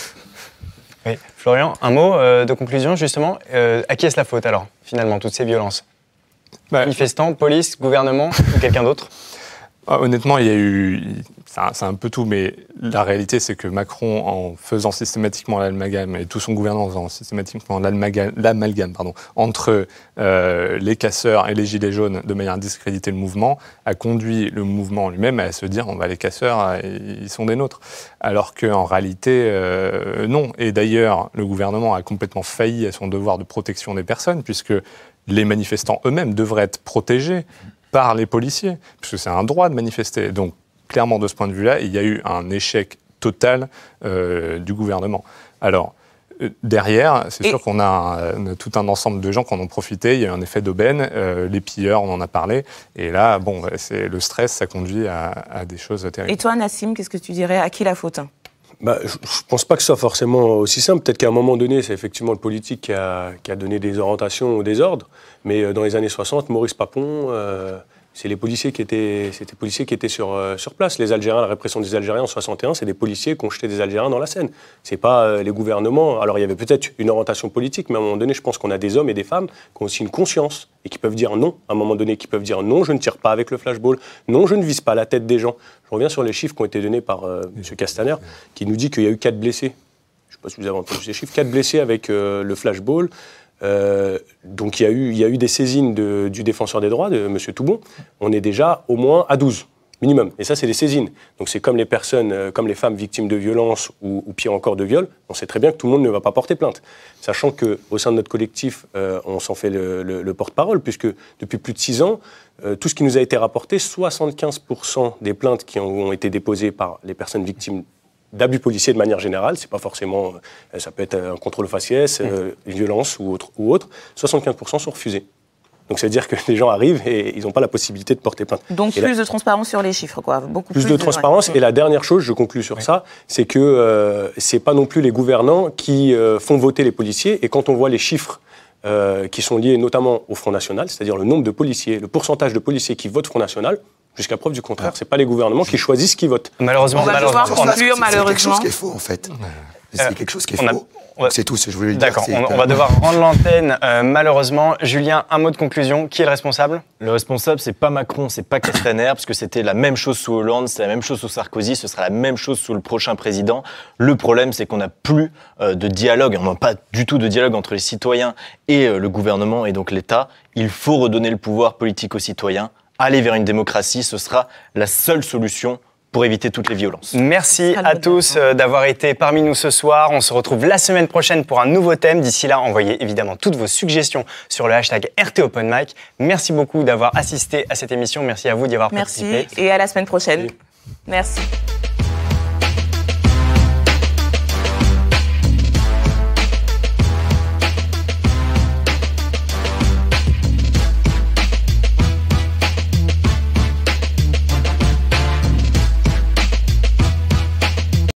[SPEAKER 1] Oui. Florian, un mot euh, de conclusion, justement. Euh, à qui est-ce la faute, alors, finalement, toutes ces violences? bah, Manifestants, police, gouvernement ou quelqu'un d'autre?
[SPEAKER 11] Honnêtement, il y a eu, c'est un peu tout, mais la réalité, c'est que Macron, en faisant systématiquement l'amalgame, et tout son gouvernement en faisant systématiquement l'amalgame pardon, entre euh, les casseurs et les gilets jaunes de manière à discréditer le mouvement, a conduit le mouvement lui-même à se dire, on va les casseurs, ils sont des nôtres. Alors qu'en réalité, euh, non. Et d'ailleurs, le gouvernement a complètement failli à son devoir de protection des personnes, puisque les manifestants eux-mêmes devraient être protégés par les policiers, puisque c'est un droit de manifester. Donc, clairement, de ce point de vue-là, il y a eu un échec total euh, du gouvernement. Alors, euh, derrière, c'est sûr qu'on a, un, a tout un ensemble de gens qui en ont profité. Il y a eu un effet d'aubaine. Euh, les pilleurs, on en a parlé. Et là, bon, c'est, le stress, ça conduit à, à des choses terribles.
[SPEAKER 4] Et toi, Nassim, qu'est-ce que tu dirais? À qui la faute?
[SPEAKER 12] Bah, je ne pense pas que ce soit forcément aussi simple. Peut-être qu'à un moment donné, c'est effectivement le politique qui a, qui a donné des orientations ou des ordres. Mais dans les années soixante, Maurice Papon, euh, c'est les policiers qui étaient, c'était policiers qui étaient sur, euh, sur place. Les Algériens, la répression des Algériens en soixante et un, c'est des policiers qui ont jeté des Algériens dans la Seine. C'est pas euh, les gouvernements. Alors il y avait peut-être une orientation politique, mais à un moment donné, je pense qu'on a des hommes et des femmes qui ont aussi une conscience et qui peuvent dire non. À un moment donné, qui peuvent dire non, je ne tire pas avec le flashball. Non, je ne vise pas la tête des gens. Je reviens sur les chiffres qui ont été donnés par euh, M. Castaner, qui nous dit qu'il y a eu quatre blessés. Je ne sais pas si vous avez entendu ces chiffres. Quatre blessés avec euh, le flashball. Euh, donc il y, a eu, il y a eu des saisines de, du défenseur des droits, de M. Toubon. On est déjà au moins à douze, minimum. Et ça, c'est des saisines. Donc c'est comme les personnes, euh, comme les femmes victimes de violences ou, ou pire encore de viol. On sait très bien que tout le monde ne va pas porter plainte. Sachant qu'au sein de notre collectif, euh, on s'en fait le, le, le porte-parole, puisque depuis plus de six ans, euh, tout ce qui nous a été rapporté, soixante-quinze pour cent des plaintes qui ont, ont été déposées par les personnes victimes d'abus policiers de manière générale, c'est pas forcément, ça peut être un contrôle faciès, mmh. euh, une violence ou autre, ou autre, soixante-quinze pour cent sont refusés. Donc ça veut dire que les gens arrivent et ils n'ont pas la possibilité de porter plainte.
[SPEAKER 4] Donc
[SPEAKER 12] et
[SPEAKER 4] plus
[SPEAKER 12] là,
[SPEAKER 4] de transparence sur les chiffres, quoi. Beaucoup
[SPEAKER 12] plus,
[SPEAKER 4] plus
[SPEAKER 12] de,
[SPEAKER 4] de
[SPEAKER 12] transparence. Ouais. Et la dernière chose, je conclue sur ouais. ça, c'est que euh, c'est pas non plus les gouvernants qui euh, font voter les policiers. Et quand on voit les chiffres euh, qui sont liés notamment au Front National, c'est-à-dire le nombre de policiers, le pourcentage de policiers qui votent Front National, jusqu'à preuve du contraire, c'est pas les gouvernements qui choisissent qui votent.
[SPEAKER 1] Malheureusement,
[SPEAKER 4] on va devoir conclure, malheureusement.
[SPEAKER 6] C'est quelque chose qui est faux, en fait. C'est euh, quelque chose qui est faux. A... C'est tout ce que je voulais dire.
[SPEAKER 1] D'accord, on, on va devoir rendre l'antenne, euh, malheureusement. Julien, un mot de conclusion. Qui est le responsable?
[SPEAKER 5] Le responsable, c'est pas Macron, c'est pas Castaner, parce que c'était la même chose sous Hollande, c'est la même chose sous Sarkozy, ce sera la même chose sous le prochain président. Le problème, c'est qu'on n'a plus euh, de dialogue, on n'a pas du tout de dialogue entre les citoyens et euh, le gouvernement, et donc l'État. Il faut redonner le pouvoir politique aux citoyens. Aller vers une démocratie, ce sera la seule solution pour éviter toutes les violences.
[SPEAKER 1] Merci à tous d'avoir été parmi nous ce soir. On se retrouve la semaine prochaine pour un nouveau thème. D'ici là, envoyez évidemment toutes vos suggestions sur le hashtag R T Open Mic. Merci beaucoup d'avoir assisté à cette émission. Merci à vous d'y avoir
[SPEAKER 4] Merci
[SPEAKER 1] participé.
[SPEAKER 4] Merci et à la semaine prochaine. Merci. Merci.